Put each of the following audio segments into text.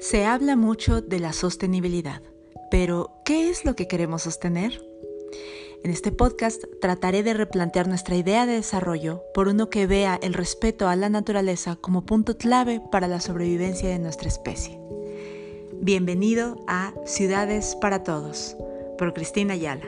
Se habla mucho de la sostenibilidad, pero ¿qué es lo que queremos sostener? En este podcast trataré de replantear nuestra idea de desarrollo por uno que vea el respeto a la naturaleza como punto clave para la sobrevivencia de nuestra especie. Bienvenido a Ciudades para Todos, por Cristina Ayala.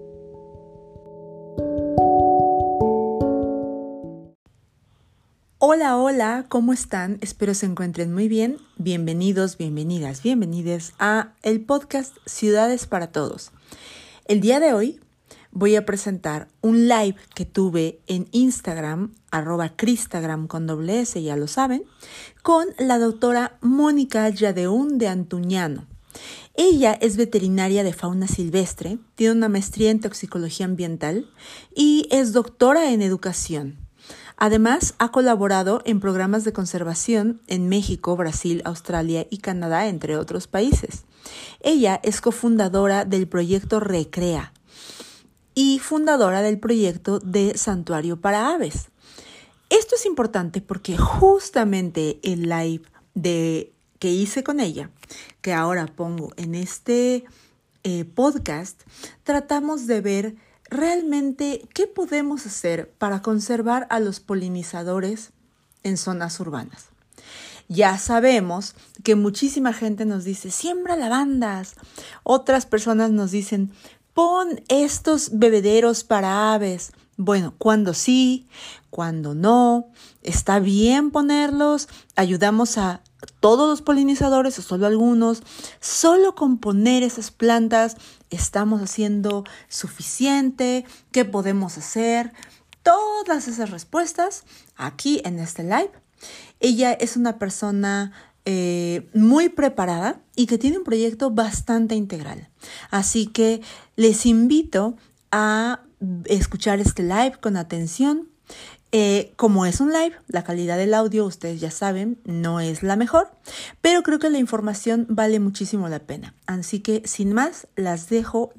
Hola, hola, ¿cómo están? Espero se encuentren muy bien. Bienvenidos, bienvenidas, bienvenides a el podcast Ciudades para Todos. El día de hoy voy a presentar un live que tuve en Instagram, @cristagram con doble S, ya lo saben, con la doctora Mónica Yadeún de Antuñano. Ella es veterinaria de fauna silvestre, tiene una maestría en toxicología ambiental y es doctora en educación. Además, ha colaborado en programas de conservación en México, Brasil, Australia y Canadá, entre otros países. Ella es cofundadora del proyecto Recrea y fundadora del proyecto de Santuario para Aves. Esto es importante porque justamente el live que hice con ella, que ahora pongo en este podcast, tratamos de ver realmente qué podemos hacer para conservar a los polinizadores en zonas urbanas. Ya sabemos que muchísima gente nos dice, siembra lavandas. Otras personas nos dicen, pon estos bebederos para aves. Bueno, cuando sí, cuando no, está bien ponerlos, ayudamos a todos los polinizadores o solo algunos. Solo con poner esas plantas estamos haciendo suficiente. ¿Qué podemos hacer? Todas esas respuestas aquí en este live. Ella es una persona muy preparada y que tiene un proyecto bastante integral. Así que les invito a escuchar este live con atención. Como es un live, la calidad del audio, ustedes ya saben, no es la mejor, pero creo que la información vale muchísimo la pena. Así que, sin más, les dejo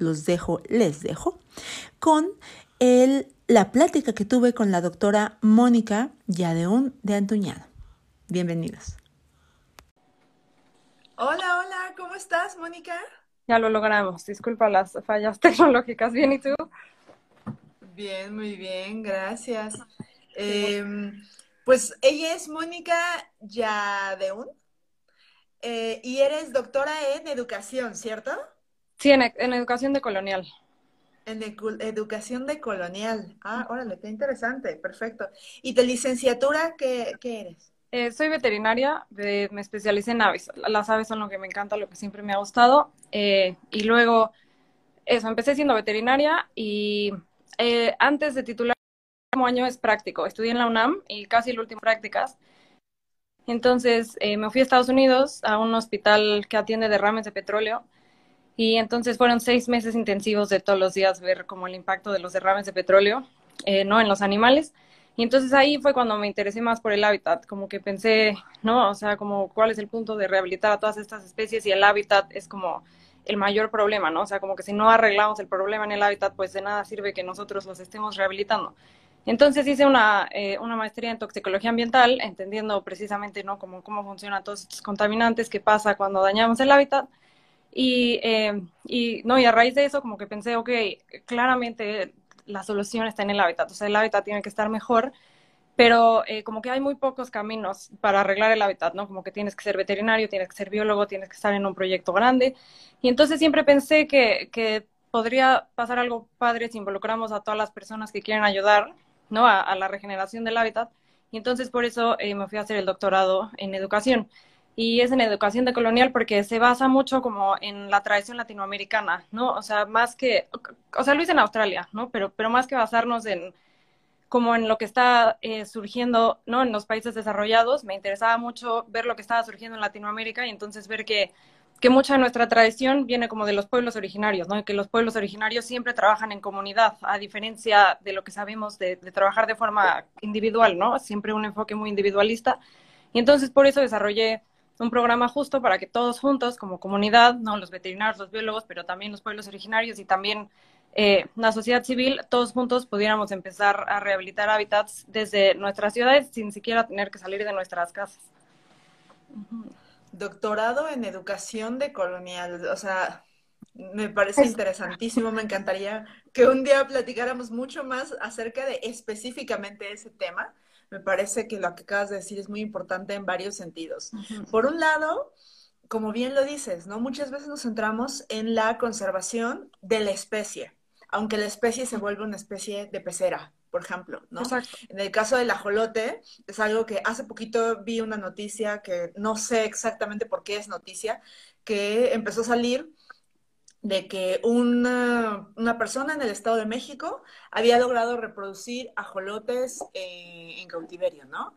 con la plática que tuve con la doctora Mónica Yadeún de Antuñano. Bienvenidos. Hola, hola, ¿cómo estás, Mónica? Ya lo logramos. Disculpa las fallas tecnológicas. ¿Bien y tú? Bien, muy bien, gracias. Pues ella es Mónica Yadeún y eres doctora en educación, ¿cierto? Sí, en educación de colonial. En educación de colonial. Ah, órale, qué interesante, perfecto. ¿Y de licenciatura qué eres? Soy veterinaria, me especialicé en aves. Las aves son lo que me encanta, lo que siempre me ha gustado. Y luego, eso, empecé siendo veterinaria y antes de titular, el último año es práctico. Estudié en la UNAM y casi el último prácticas. Entonces me fui a Estados Unidos a un hospital que atiende derrames de petróleo. Y entonces fueron 6 meses intensivos de todos los días ver como el impacto de los derrames de petróleo, ¿no? En los animales. Y entonces ahí fue cuando me interesé más por el hábitat, como que pensé, ¿no? O sea, como cuál es el punto de rehabilitar a todas estas especies y el hábitat es como el mayor problema, ¿no? O sea, como que si no arreglamos el problema en el hábitat, pues de nada sirve que nosotros los estemos rehabilitando. Entonces hice una maestría en toxicología ambiental, entendiendo precisamente, ¿no? Cómo funcionan todos estos contaminantes, qué pasa cuando dañamos el hábitat. No, y a raíz de eso como que pensé, ok, claramente la solución está en el hábitat, o sea, el hábitat tiene que estar mejor, pero como que hay muy pocos caminos para arreglar el hábitat, ¿no? Como que tienes que ser veterinario, tienes que ser biólogo, tienes que estar en un proyecto grande, y entonces siempre pensé que podría pasar algo padre si involucramos a todas las personas que quieren ayudar, ¿no? A la regeneración del hábitat, y entonces por eso me fui a hacer el doctorado en educación y es en educación decolonial porque se basa mucho como en la tradición latinoamericana, ¿no? O sea, o sea, lo hice en Australia, ¿no? Pero más que basarnos en como en lo que está surgiendo, ¿no? En los países desarrollados, me interesaba mucho ver lo que estaba surgiendo en Latinoamérica y entonces ver que mucha de nuestra tradición viene como de los pueblos originarios, ¿no? Y que los pueblos originarios siempre trabajan en comunidad, a diferencia de lo que sabemos de trabajar de forma individual, ¿no? Siempre un enfoque muy individualista. Y entonces por eso desarrollé un programa justo para que todos juntos, como comunidad, no los veterinarios, los biólogos, pero también los pueblos originarios y también la sociedad civil, todos juntos pudiéramos empezar a rehabilitar hábitats desde nuestras ciudades sin siquiera tener que salir de nuestras casas. Doctorado en educación de colonial. O sea, me parece Es, interesantísimo. Me encantaría que un día platicáramos mucho más acerca de específicamente ese tema. Me parece que lo que acabas de decir es muy importante en varios sentidos. ujú, Por un lado, como bien lo dices, ¿no? Muchas veces nos centramos en la conservación de la especie, aunque la especie se vuelve una especie de pecera, por ejemplo, ¿no? exacto. En el caso del ajolote, es algo que hace poquito vi una noticia que no sé exactamente por qué es noticia, que empezó a salir de que una persona en el Estado de México había logrado reproducir ajolotes en cautiverio, ¿no?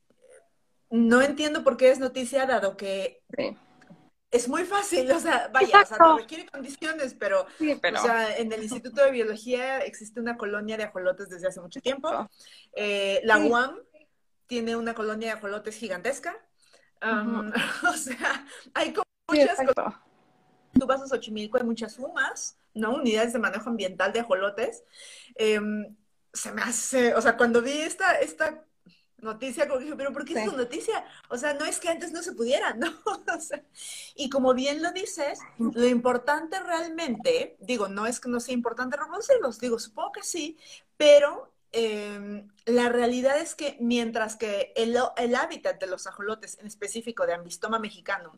No entiendo por qué es noticia, dado que Sí. es muy fácil, o sea, vaya, o sea, Exacto. requiere condiciones, pero, Sí, o pero sea, en el Instituto de Biología existe una colonia de ajolotes desde hace mucho tiempo. La sí. UAM tiene una colonia de ajolotes gigantesca. Ujú. O sea, hay como Sí, muchas cosas. exacto. Tú vas a Xochimilco, hay muchas UMAS, ¿no? Unidades de manejo ambiental de ajolotes. Eh, Se me hace, o sea, cuando vi esta noticia, como dije, pero ¿por qué es Sí. una noticia? O sea, no es que antes no se pudiera, ¿no? O sea, y como bien lo dices, lo importante realmente, digo, no es que no sea importante reproducirlos, digo, supongo que sí, pero la realidad es que mientras que el hábitat de los ajolotes, en específico de Ambistoma mexicanum,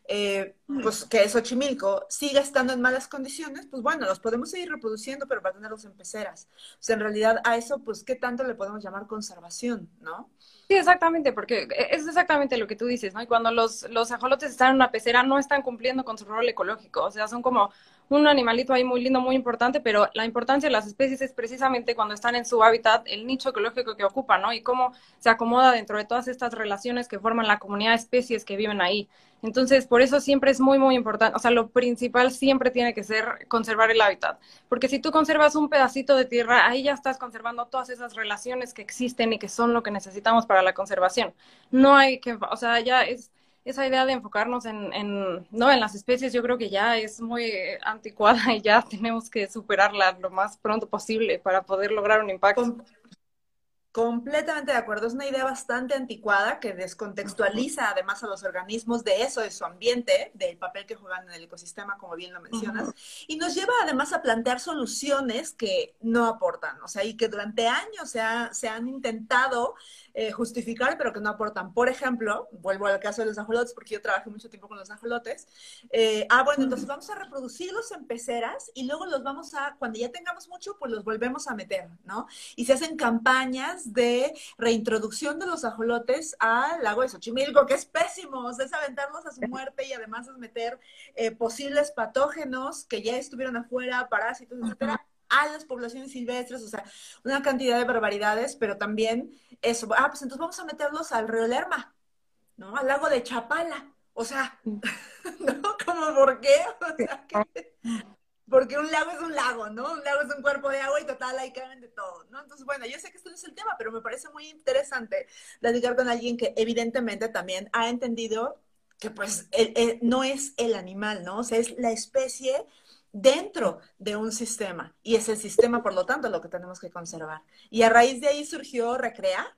pues que es Xochimilco, siga estando en malas condiciones, pues bueno, los podemos seguir reproduciendo, pero para tenerlos en peceras. O sea, en realidad a eso, pues, ¿qué tanto le podemos llamar conservación, no? Sí, exactamente, porque es exactamente lo que tú dices, ¿no? Y cuando los ajolotes están en una pecera, no están cumpliendo con su rol ecológico, o sea, son como un animalito ahí muy lindo, muy importante, pero la importancia de las especies es precisamente cuando están en su hábitat, el nicho ecológico que ocupan, ¿no? Y cómo se acomoda dentro de todas estas relaciones que forman la comunidad de especies que viven ahí. Entonces, por eso siempre es muy, muy importante, o sea, lo principal siempre tiene que ser conservar el hábitat. Porque si tú conservas un pedacito de tierra, ahí ya estás conservando todas esas relaciones que existen y que son lo que necesitamos para la conservación. No hay que, o sea, ya es esa idea de enfocarnos no, en las especies, yo creo que ya es muy anticuada y ya tenemos que superarla lo más pronto posible para poder lograr un impacto. Com Completamente de acuerdo. Es una idea bastante anticuada que Ujú, descontextualiza además a los organismos de eso, de su ambiente, del papel que juegan en el ecosistema, como bien lo mencionas, ujú, y nos lleva además a plantear soluciones que no aportan, o sea, y que durante años se han intentado justificar, pero que no aportan. Por ejemplo, vuelvo al caso de los ajolotes, porque yo trabajé mucho tiempo con los ajolotes. Bueno, entonces vamos a reproducirlos en peceras y luego los vamos a, cuando ya tengamos mucho, pues los volvemos a meter, ¿no? Y se hacen campañas de reintroducción de los ajolotes al lago de Xochimilco, que es pésimo, o sea, es aventarlos a su muerte y además es meter posibles patógenos que ya estuvieron afuera, parásitos, ujú. etcétera, a las poblaciones silvestres, o sea, una cantidad de barbaridades, pero también eso, pues entonces vamos a meterlos al río Lerma, ¿no? Al lago de Chapala, o sea, ¿no? ¿Cómo por qué? O Sí. sea, que porque un lago es un lago, ¿no? Un lago es un cuerpo de agua y total, ahí caben de todo, ¿no? Entonces, bueno, yo sé que esto no es el tema, pero me parece muy interesante platicar con alguien que evidentemente también ha entendido que pues no es el animal, ¿no? O sea, es la especie dentro de un sistema y es el sistema, por lo tanto, lo que tenemos que conservar. Y a raíz de ahí surgió Recrea.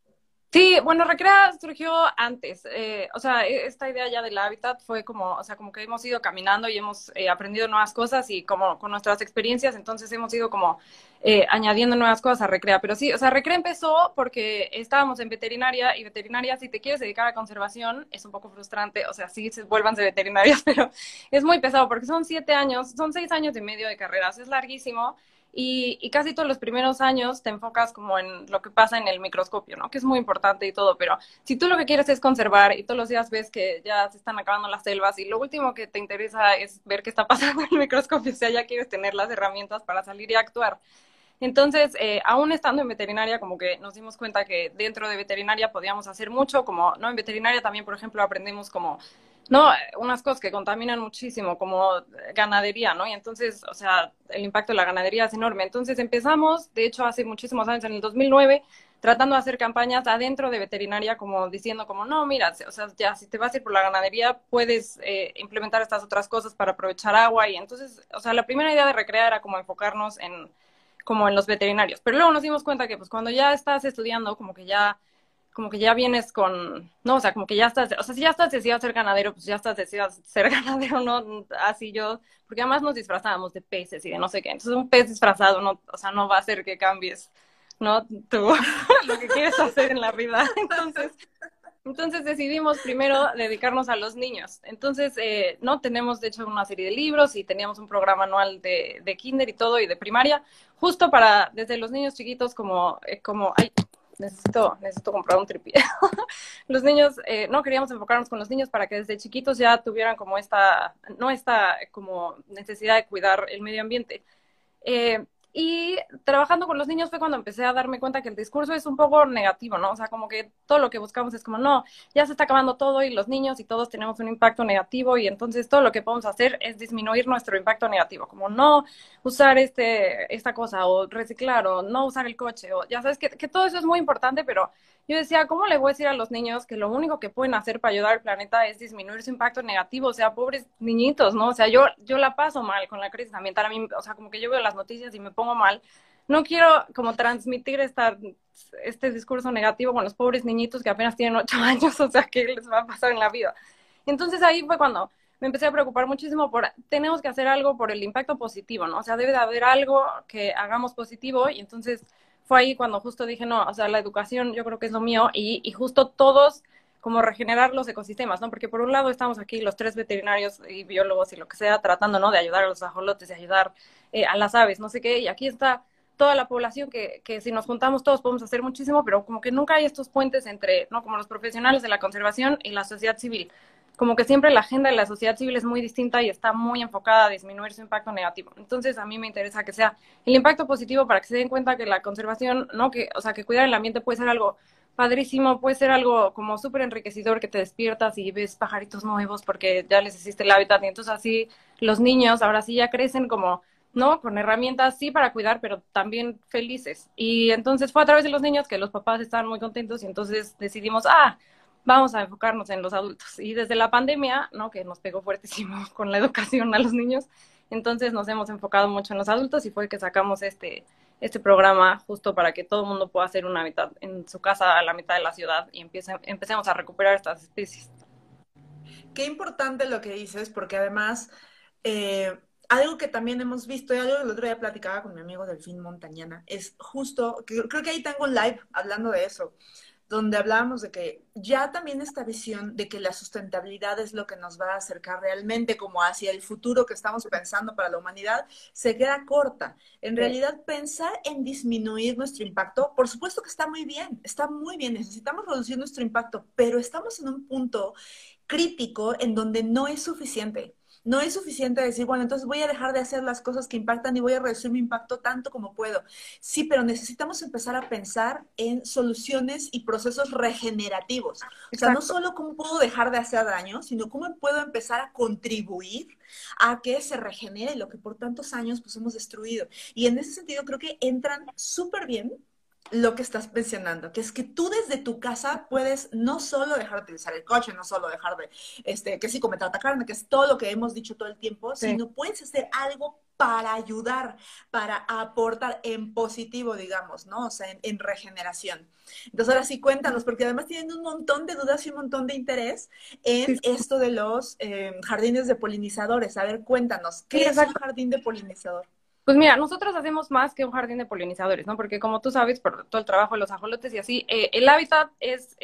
Sí, bueno, Recrea surgió antes. O sea, esta idea ya del hábitat fue como, o sea, como que hemos ido caminando y hemos aprendido nuevas cosas y como con nuestras experiencias, entonces hemos ido como añadiendo nuevas cosas a Recrea. Pero sí, o sea, Recrea empezó porque estábamos en veterinaria y veterinaria, si te quieres dedicar a conservación, es un poco frustrante. O sea, sí, se vuélvanse veterinarios, pero es muy pesado porque son 7 años, son 6 años y medio de carreras, es larguísimo. Y casi todos los primeros años te enfocas como en lo que pasa en el microscopio, ¿no? Que es muy importante y todo, pero si tú lo que quieres es conservar y todos los días ves que ya se están acabando las selvas y lo último que te interesa es ver qué está pasando en el microscopio, o sea, ya quieres tener las herramientas para salir y actuar. Entonces, aún estando en veterinaria, como que nos dimos cuenta que dentro de veterinaria podíamos hacer mucho, como, ¿no? En veterinaria también, por ejemplo, aprendemos como, no, unas cosas que contaminan muchísimo, como ganadería, ¿no? Y entonces, o sea, el impacto de la ganadería es enorme. Entonces empezamos, de hecho, hace muchísimos años, en el 2009, tratando de hacer campañas adentro de veterinaria, como diciendo como, no, mira, o sea, ya si te vas a ir por la ganadería, puedes implementar estas otras cosas para aprovechar agua. Y entonces, o sea, la primera idea de Recrear era como enfocarnos en como en los veterinarios. Pero luego nos dimos cuenta que pues cuando ya estás estudiando, como que ya como que ya vienes con, no, o sea, como que ya estás, o sea, si ya estás decidido a ser ganadero, pues ya estás decidido a ser ganadero, ¿no? Así yo, porque además nos disfrazábamos de peces y de no sé qué. Entonces un pez disfrazado, no, o sea, no va a hacer que cambies, ¿no? Tú, lo que quieres hacer en la vida. Entonces decidimos primero dedicarnos a los niños. Entonces, no tenemos de hecho una serie de libros y teníamos un programa anual de kinder y todo y de primaria, justo para desde los niños chiquitos ay, necesito comprar un tripié. Los niños, no queríamos enfocarnos con los niños para que desde chiquitos ya tuvieran como no esta como necesidad de cuidar el medio ambiente. Eh, y trabajando con los niños fue cuando empecé a darme cuenta que el discurso es un poco negativo, ¿no? O sea, como que todo lo que buscamos es como, no, ya se está acabando todo y los niños y todos tenemos un impacto negativo y entonces todo lo que podemos hacer es disminuir nuestro impacto negativo, como no usar esta cosa o reciclar o no usar el coche o ya sabes que todo eso es muy importante, pero yo decía, ¿cómo le voy a decir a los niños que lo único que pueden hacer para ayudar al planeta es disminuir su impacto negativo? O sea, pobres niñitos, ¿no? O sea, yo la paso mal con la crisis ambiental. A mí, o sea, como que yo veo las noticias y me pongo mal. No quiero como transmitir este discurso negativo con los pobres niñitos que apenas tienen 8 años, o sea, ¿qué les va a pasar en la vida? Entonces ahí fue cuando me empecé a preocupar muchísimo tenemos que hacer algo por el impacto positivo, ¿no? O sea, debe de haber algo que hagamos positivo y entonces fue ahí cuando justo dije, no, o sea, la educación yo creo que es lo mío y justo todos como regenerar los ecosistemas, ¿no? Porque por un lado estamos aquí los tres veterinarios y biólogos y lo que sea tratando, ¿no? De ayudar a los ajolotes, de ayudar a las aves, no sé qué, y aquí está toda la población que si nos juntamos todos podemos hacer muchísimo, pero como que nunca hay estos puentes entre, ¿no? Como los profesionales de la conservación y la sociedad civil. Como que siempre la agenda de la sociedad civil es muy distinta y está muy enfocada a disminuir su impacto negativo. Entonces, a mí me interesa que sea el impacto positivo para que se den cuenta que la conservación, ¿no? O sea, que cuidar el ambiente puede ser algo padrísimo, puede ser algo como súper enriquecedor que te despiertas y ves pajaritos nuevos porque ya les hiciste el hábitat y entonces así los niños ahora sí ya crecen como, ¿no? Con herramientas, sí, para cuidar, pero también felices. Y entonces fue a través de los niños que los papás estaban muy contentos y entonces decidimos, vamos a enfocarnos en los adultos. Y desde la pandemia, ¿no? Que nos pegó fuertísimo con la educación a los niños, entonces nos hemos enfocado mucho en los adultos y fue que sacamos este programa justo para que todo el mundo pueda hacer un hábitat en su casa a la mitad de la ciudad y empecemos a recuperar estas especies. Qué importante lo que dices, porque además, algo que también hemos visto, y algo que el otro día platicaba con mi amigo Delfín Montañana, es justo, creo que ahí tengo un live hablando de eso, donde hablábamos de que ya también esta visión de que la sustentabilidad es lo que nos va a acercar realmente como hacia el futuro que estamos pensando para la humanidad, se queda corta. En Sí. realidad, pensar en disminuir nuestro impacto, por supuesto que está muy bien, necesitamos reducir nuestro impacto, pero estamos en un punto crítico en donde no es suficiente. No es suficiente decir, bueno, entonces voy a dejar de hacer las cosas que impactan y voy a reducir mi impacto tanto como puedo. Sí, pero necesitamos empezar a pensar en soluciones y procesos regenerativos. O sea, no Exacto. solo cómo puedo dejar de hacer daño, sino cómo puedo empezar a contribuir a que se regenere lo que por tantos años pues hemos destruido. Y en ese sentido creo que entran súper bien lo que estás mencionando, que es que tú desde tu casa puedes no solo dejar de utilizar el coche, no solo dejar de, que sí, comer tanta carne, que es todo lo que hemos dicho todo el tiempo, Sí. sino puedes hacer algo para ayudar, para aportar en positivo, digamos, ¿no? O sea, en regeneración. Entonces, ahora sí, cuéntanos, porque además tienen un montón de dudas y un montón de interés Sí, en sí, esto de los jardines de polinizadores. A ver, cuéntanos, sí, ¿qué es un exacto. jardín de polinizador? Pues mira, nosotros hacemos más que un jardín de polinizadores, ¿no? Porque como tú sabes, por todo el trabajo de los ajolotes y así, el hábitat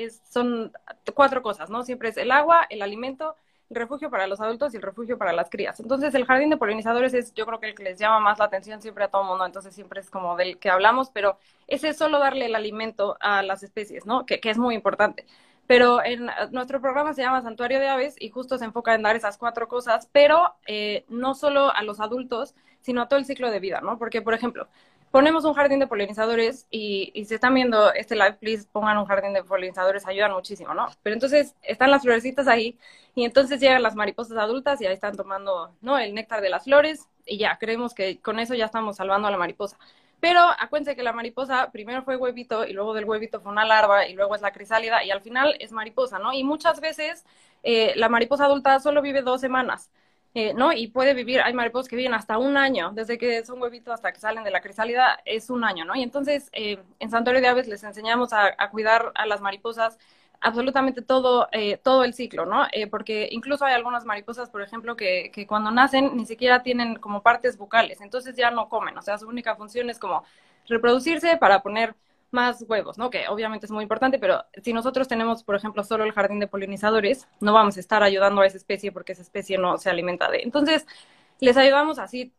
son cuatro cosas, ¿no? Siempre es el agua, el alimento, el refugio para los adultos y el refugio para las crías. Entonces, el jardín de polinizadores es, yo creo que el que les llama más la atención siempre a todo el mundo, entonces siempre es como del que hablamos, pero ese es solo darle el alimento a las especies, ¿no? Que es muy importante. Pero en nuestro programa se llama Santuario de Aves y justo se enfoca en dar esas cuatro cosas, pero no solo a los adultos, sino a todo el ciclo de vida, ¿no? Porque, por ejemplo, ponemos un jardín de polinizadores y si están viendo este live, please pongan un jardín de polinizadores, ayudan muchísimo, ¿no? Pero entonces están las florecitas ahí y entonces llegan las mariposas adultas y ahí están tomando, ¿no? El néctar de las flores y ya, creemos que con eso ya estamos salvando a la mariposa. Pero acuérdense que la mariposa primero fue huevito y luego del huevito fue una larva y luego es la crisálida y al final es mariposa, ¿no? Y muchas veces la mariposa adulta solo vive 2 semanas. ¿no? Y puede vivir, hay mariposas que viven hasta un año, desde que son huevitos hasta que salen de la crisálida, es un año, ¿no? Y entonces en Santuario de Aves les enseñamos a cuidar a las mariposas absolutamente todo el ciclo, ¿no? Porque incluso hay algunas mariposas, por ejemplo, que cuando nacen ni siquiera tienen como partes bucales, entonces ya no comen, o sea, su única función es como reproducirse para poner más huevos, ¿no? Que obviamente es muy importante, pero si nosotros tenemos, por ejemplo, solo el jardín de polinizadores, no vamos a estar ayudando a esa especie porque esa especie no se alimenta de. Entonces, les ayudamos así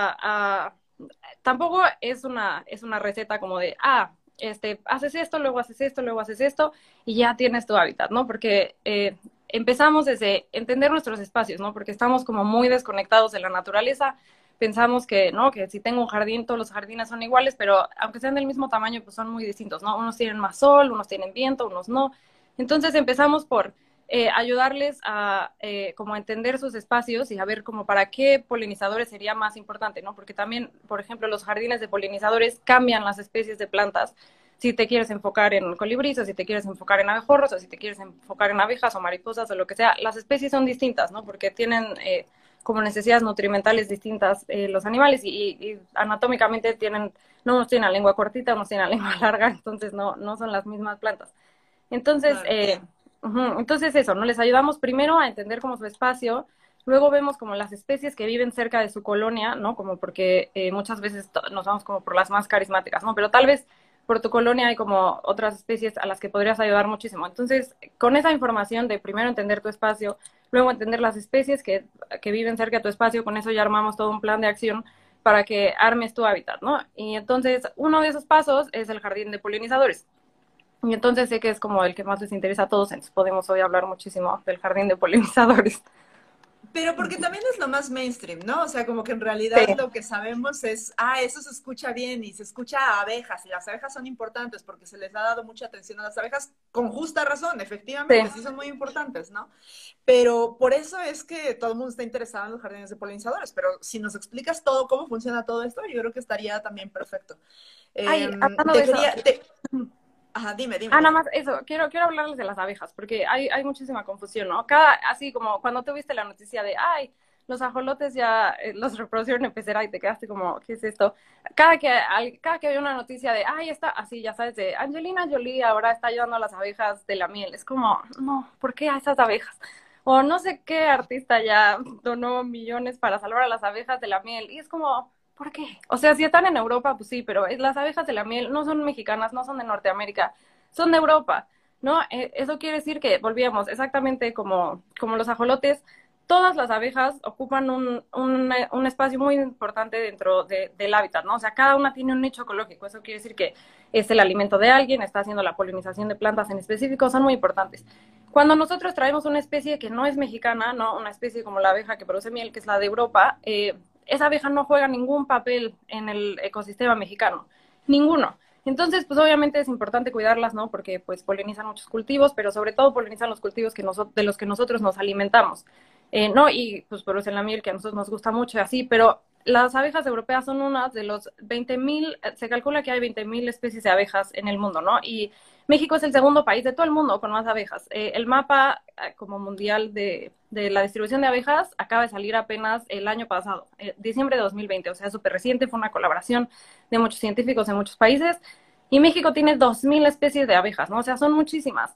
tampoco es una receta como de, haces esto, luego haces esto, luego haces esto, y ya tienes tu hábitat, ¿no? Porque empezamos desde entender nuestros espacios, ¿no? Porque estamos como muy desconectados de la naturaleza, pensamos que, ¿no? Que si tengo un jardín, todos los jardines son iguales, pero aunque sean del mismo tamaño, pues son muy distintos, ¿no? Unos tienen más sol, unos tienen viento, unos no. Entonces empezamos por ayudarles a como entender sus espacios y a ver como para qué polinizadores sería más importante, ¿no? Porque también, por ejemplo, los jardines de polinizadores cambian las especies de plantas. Si te quieres enfocar en colibríes, o si te quieres enfocar en abejorros, o si te quieres enfocar en abejas o mariposas o lo que sea, las especies son distintas, ¿no? Porque tienen como necesidades nutrimentales distintas los animales y anatómicamente tienen, no unos tienen la lengua cortita, unos tienen la lengua larga, entonces no son las mismas plantas. Entonces, Claro. entonces eso, ¿no? Les ayudamos primero a entender como su espacio, luego vemos como las especies que viven cerca de su colonia, ¿no? Como porque muchas veces nos vamos como por las más carismáticas, ¿no? Pero tal vez por tu colonia hay como otras especies a las que podrías ayudar muchísimo. Entonces, con esa información de primero entender tu espacio, luego entender las especies que viven cerca de tu espacio, con eso ya armamos todo un plan de acción para que armes tu hábitat, ¿no? Y entonces, uno de esos pasos es el jardín de polinizadores. Y entonces sé que es como el que más les interesa a todos, entonces podemos hoy hablar muchísimo del jardín de polinizadores. Pero porque también es lo más mainstream, ¿no? O sea, como que en Sí, realidad lo que sabemos es, eso se escucha bien y se escucha a abejas y las abejas son importantes porque se les ha dado mucha atención a las abejas con justa razón, sí. efectivamente, sí son muy importantes, ¿no? Pero por eso es que todo el mundo está interesado en los jardines de polinizadores, pero si nos explicas todo, cómo funciona todo esto, yo creo que estaría también perfecto. Ay, hablando de Te eso, quería, ajá, dime. nada más eso, quiero hablarles de las abejas, porque hay muchísima confusión, ¿no? Así como cuando tuviste la noticia de, ay, los ajolotes ya los reproducieron en pecera y te quedaste como, ¿qué es esto? Cada que había una noticia de, ay, está, así, ya sabes, de Angelina Jolie ahora está ayudando a las abejas de la miel, es como, no, ¿por qué a esas abejas? O no sé qué artista ya donó millones para salvar a las abejas de la miel, y es como, ¿por qué? O sea, si están en Europa, pues sí, pero las abejas de la miel no son mexicanas, no son de Norteamérica, son de Europa, ¿no? Eso quiere decir que, volvíamos, exactamente como los ajolotes, todas las abejas ocupan un espacio muy importante dentro del hábitat, ¿no? O sea, cada una tiene un nicho ecológico, eso quiere decir que es el alimento de alguien, está haciendo la polinización de plantas en específico, son muy importantes. Cuando nosotros traemos una especie que no es mexicana, ¿no? Una especie como la abeja que produce miel, que es la de Europa, esa abeja no juega ningún papel en el ecosistema mexicano, ninguno. Entonces, pues obviamente es importante cuidarlas, ¿no? Porque pues polinizan muchos cultivos, pero sobre todo polinizan los cultivos de los que nosotros nos alimentamos, ¿no? Y pues producen la miel que a nosotros nos gusta mucho y así, pero las abejas europeas son unas de los 20.000, se calcula que hay 20.000 especies de abejas en el mundo, ¿no? Y México es el segundo país de todo el mundo con más abejas. El mapa como mundial de la distribución de abejas acaba de salir apenas el año pasado, diciembre de 2020, o sea, súper reciente, fue una colaboración de muchos científicos de muchos países, y México tiene 2.000 especies de abejas, ¿no? O sea, son muchísimas.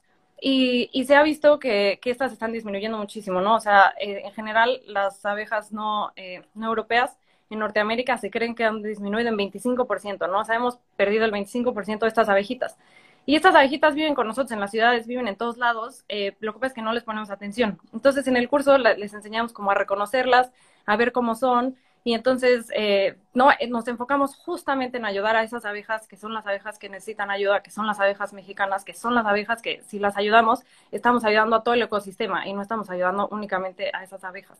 Y se ha visto que estas están disminuyendo muchísimo, ¿no? O sea, en general, las abejas no europeas en Norteamérica se creen que han disminuido en 25%, ¿no? O sea, hemos perdido el 25% de estas abejitas. Y estas abejitas viven con nosotros en las ciudades, viven en todos lados, lo que pasa es que no les ponemos atención. Entonces, en el curso les enseñamos cómo a reconocerlas, a ver cómo son, y entonces no, nos enfocamos justamente en ayudar a esas abejas, que son las abejas que necesitan ayuda, que son las abejas mexicanas, que son las abejas que si las ayudamos, estamos ayudando a todo el ecosistema y no estamos ayudando únicamente a esas abejas.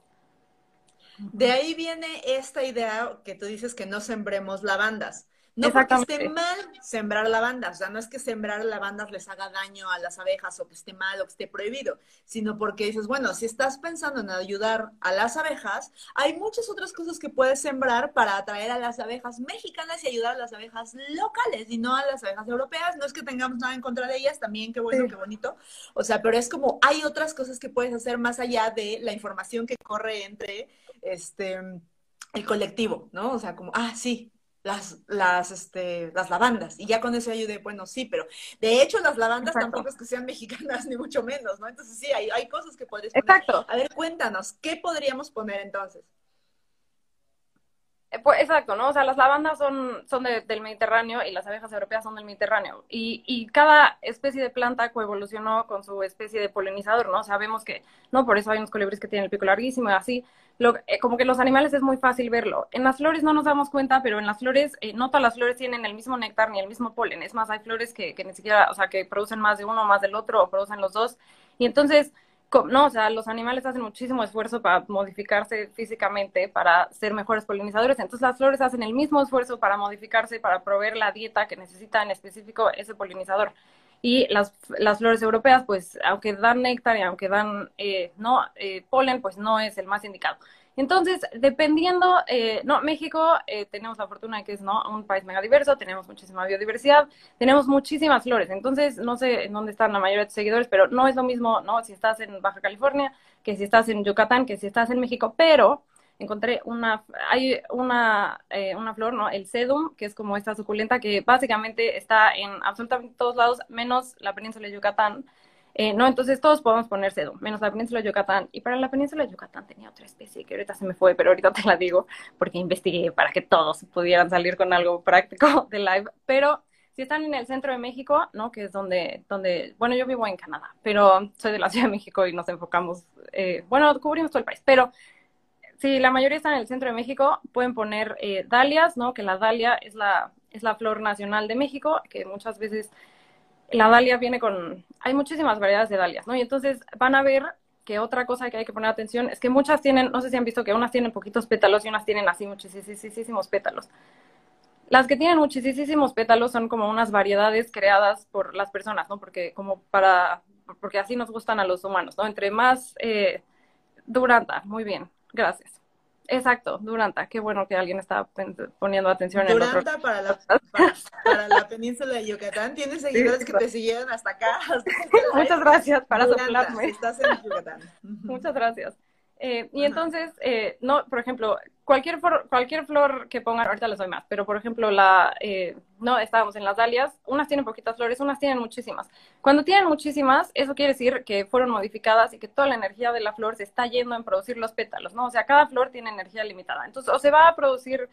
De ahí viene esta idea que tú dices que no sembremos lavandas. No porque esté Exactamente. mal sembrar lavandas, o sea, no es que sembrar lavandas les haga daño a las abejas o que esté mal o que esté prohibido, sino porque dices, bueno, si estás pensando en ayudar a las abejas, hay muchas otras cosas que puedes sembrar para atraer a las abejas mexicanas y ayudar a las abejas locales y no a las abejas europeas. No es que tengamos nada en contra de ellas, también qué bueno, Sí. qué bonito. O sea, pero es como hay otras cosas que puedes hacer más allá de la información que corre entre el colectivo, ¿no? O sea, como, sí, las lavandas. Y ya con eso ayudé, bueno, sí, pero de hecho las lavandas Exacto. tampoco es que sean mexicanas, ni mucho menos, ¿no? Entonces sí, hay cosas que podrías poner. Exacto. A ver, cuéntanos, ¿qué podríamos poner entonces? Pues, exacto, ¿no? O sea, las lavandas son del Mediterráneo y las abejas europeas son del Mediterráneo. Y cada especie de planta coevolucionó con su especie de polinizador, ¿no? Sabemos que, ¿no? Por eso hay unos colibríes que tienen el pico larguísimo y así. Como que los animales es muy fácil verlo. En las flores no nos damos cuenta, pero en las flores, no todas las flores tienen el mismo néctar ni el mismo polen. Es más, hay flores que ni siquiera, o sea, que producen más de uno o más del otro o producen los dos. Y entonces no, o sea, los animales hacen muchísimo esfuerzo para modificarse físicamente, para ser mejores polinizadores. Entonces las flores hacen el mismo esfuerzo para modificarse, para proveer la dieta que necesita en específico ese polinizador. Y las flores europeas, pues, aunque dan néctar y aunque dan polen, pues no es el más indicado. Entonces, dependiendo, no, México tenemos la fortuna de que es un país mega diverso, tenemos muchísima biodiversidad, tenemos muchísimas flores. Entonces, no sé en dónde están la mayoría de tus seguidores, pero no es lo mismo, ¿no? Si estás en Baja California, que si estás en Yucatán, que si estás en México, pero encontré hay una flor, ¿no? El sedum, que es como esta suculenta que básicamente está en absolutamente todos lados, menos la península de Yucatán. No, entonces todos podemos poner sedum, menos la península de Yucatán. Y para la península de Yucatán tenía otra especie que ahorita se me fue, pero ahorita te la digo porque investigué para que todos pudieran salir con algo práctico de live. Pero si están en el centro de México, ¿no? Que es bueno, yo vivo en Canadá, pero soy de la Ciudad de México y nos enfocamos, bueno, cubrimos todo el país, pero si la mayoría están en el centro de México, pueden poner dalias, ¿no? Que la dalia es la flor nacional de México, que muchas veces la dalia viene hay muchísimas variedades de dalias, ¿no? Y entonces van a ver que otra cosa que hay que poner atención es que muchas tienen, no sé si han visto que unas tienen poquitos pétalos y unas tienen así muchísimos pétalos. Las que tienen muchísimos pétalos son como unas variedades creadas por las personas, ¿no? Porque así nos gustan a los humanos, ¿no? Entre más Duranta, muy bien, gracias. Exacto, Duranta, qué bueno que alguien está poniendo atención en otro. Duranta para la península de Yucatán. Tienes Sí, seguidores que te siguieron hasta acá, hasta este live. muchas gracias para Duranta, si soplarme. estás en Yucatán. Muchas gracias. Y Ajá. entonces, no, por ejemplo, cualquier flor que pongan, ahorita les doy más, pero por ejemplo, no, estábamos en las dalias, unas tienen poquitas flores, unas tienen muchísimas. Cuando tienen muchísimas, eso quiere decir que fueron modificadas y que toda la energía de la flor se está yendo en producir los pétalos, ¿no? O sea, cada flor tiene energía limitada. Entonces, o se va a producir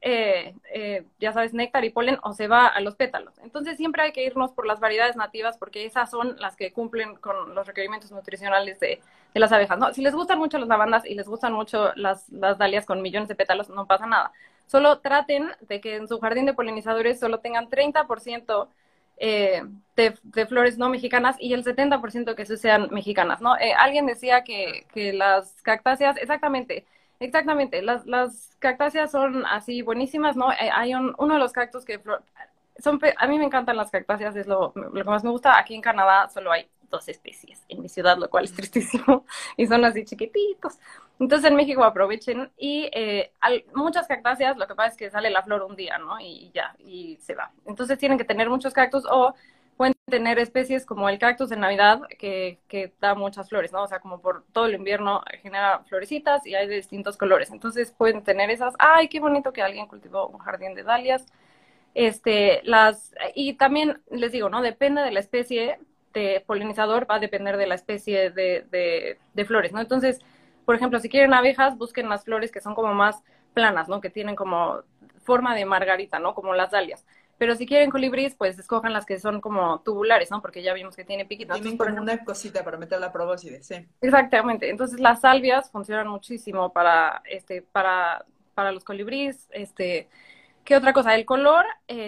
ya sabes, néctar y polen o se va a los pétalos. Entonces siempre hay que irnos por las variedades nativas porque esas son las que cumplen con los requerimientos nutricionales de las abejas, ¿no? Si les gustan mucho las lavandas y les gustan mucho las dalias con millones de pétalos, no pasa nada. Solo traten de que en su jardín de polinizadores solo tengan 30% de flores no mexicanas y el 70% que sí sean mexicanas, ¿no? Alguien decía que las cactáceas, exactamente, exactamente. Las cactáceas son así buenísimas, ¿no? Hay uno de los cactus que a mí me encantan las cactáceas, es lo que más me gusta. Aquí en Canadá solo hay 2 especies en mi ciudad, lo cual es tristísimo, y son así chiquititos. Entonces en México aprovechen y muchas cactáceas, lo que pasa es que sale la flor un día, ¿no? Y ya, y se va. Entonces tienen que tener muchos cactus o pueden tener especies como el cactus de Navidad que da muchas flores, ¿no? O sea, como por todo el invierno genera florecitas y hay de distintos colores. Entonces pueden tener esas. ¡Ay, qué bonito que alguien cultivó un jardín de dalias! Y también les digo, ¿no? Depende de la especie de polinizador, va a depender de la especie de flores, ¿no? Entonces, por ejemplo, si quieren abejas, busquen las flores que son como más planas, ¿no? Que tienen como forma de margarita, ¿no? Como las dalias. Pero si quieren colibríes, pues escojan las que son como tubulares, ¿no? Porque ya vimos que tiene piquitos. Tienen Por como ejemplo, una cosita para meter la probóscide, sí. exactamente. Entonces las salvias funcionan muchísimo para los colibríes. ¿Qué otra cosa? El color,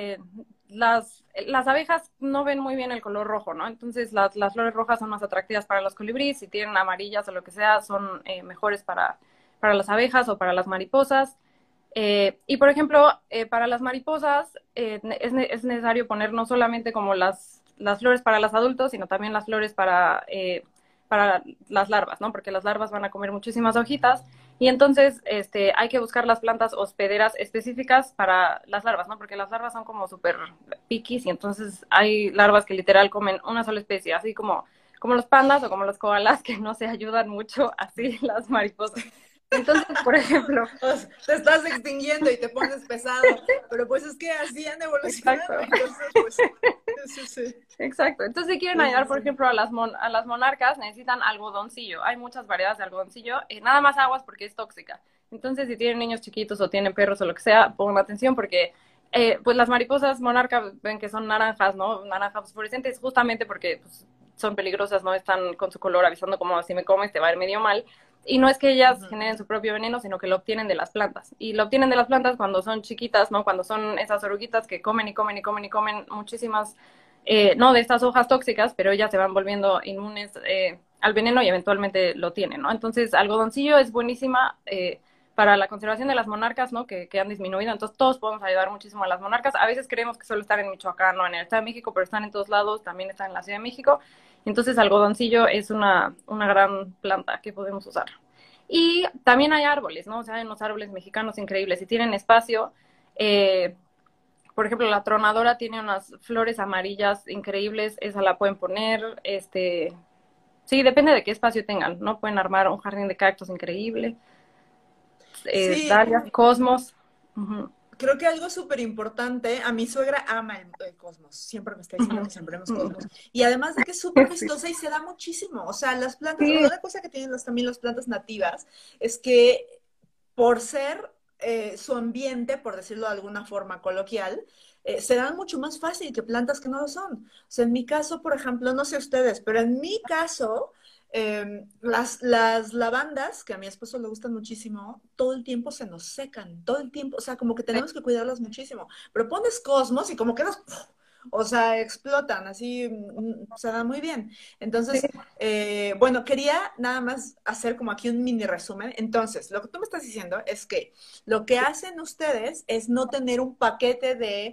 las abejas no ven muy bien el color rojo, ¿no? Entonces las flores rojas son más atractivas para los colibríes. Si tienen amarillas o lo que sea, son mejores para las abejas o para las mariposas. Y por ejemplo, para las mariposas es necesario poner no solamente como las flores para los adultos, sino también las flores para las larvas, ¿no? Porque las larvas van a comer muchísimas hojitas y entonces hay que buscar las plantas hospederas específicas para las larvas, ¿no? Porque las larvas son como súper piquis y entonces hay larvas que literal comen una sola especie, así como los pandas o como los koalas que no se ayudan mucho, así las mariposas. Entonces, por ejemplo, O sea, te estás extinguiendo y te pones pesado, pero pues es que así han exacto. evolucionado, entonces pues sí, sí, Exacto. Entonces, si quieren sí, sí, ayudar, por sí. ejemplo, a a las monarcas, necesitan algodoncillo. Hay muchas variedades de algodoncillo. Nada más aguas porque es tóxica. Entonces, si tienen niños chiquitos o tienen perros o lo que sea, pongan atención porque pues las mariposas monarcas ven que son naranjas, ¿no? Naranjas fosforescentes, justamente porque pues, son peligrosas, ¿no? Están con su color avisando como si me comes te va a ir medio mal. Y no es que ellas Ujú. generen su propio veneno, sino que lo obtienen de las plantas. Y lo obtienen de las plantas cuando son chiquitas, ¿no? Cuando son esas oruguitas que comen y comen y comen y comen muchísimas no de estas hojas tóxicas, pero ellas se van volviendo inmunes al veneno y eventualmente lo tienen, ¿no? Entonces, algodoncillo es buenísima para la conservación de las monarcas, ¿no? Que han disminuido. Entonces, todos podemos ayudar muchísimo a las monarcas. A veces creemos que solo están en Michoacán o en el Estado de México, pero están en todos lados, también están en la Ciudad de México. Entonces, algodoncillo es una gran planta que podemos usar. Y también hay árboles, ¿no? O sea, hay unos árboles mexicanos increíbles. Si tienen espacio, por ejemplo, la tronadora tiene unas flores amarillas increíbles, esa la pueden poner, sí, depende de qué espacio tengan, ¿no? Pueden armar un jardín de cactus increíble, Sí, dalias, cosmos. Ujú, creo que algo súper importante, a mi suegra ama el cosmos, siempre me está diciendo ujú, que sembremos ujú. cosmos, y además de que es súper Sí, vistosa y se da muchísimo, o sea, las plantas, sí, una cosa que tienen también las plantas nativas es que por ser su ambiente, por decirlo de alguna forma coloquial, se dan mucho más fácil que plantas que no lo son. O sea, en mi caso, por ejemplo, no sé ustedes, pero en mi caso, las lavandas, que a mi esposo le gustan muchísimo, todo el tiempo se nos secan, todo el tiempo, o sea, como que sí, tenemos que cuidarlas muchísimo. Pero pones cosmos y como que las, o sea, explotan, así se da muy bien. sí, Entonces, bueno, quería nada más hacer como aquí un mini resumen. Entonces, lo que tú me estás diciendo es que lo que hacen ustedes es no tener un paquete de,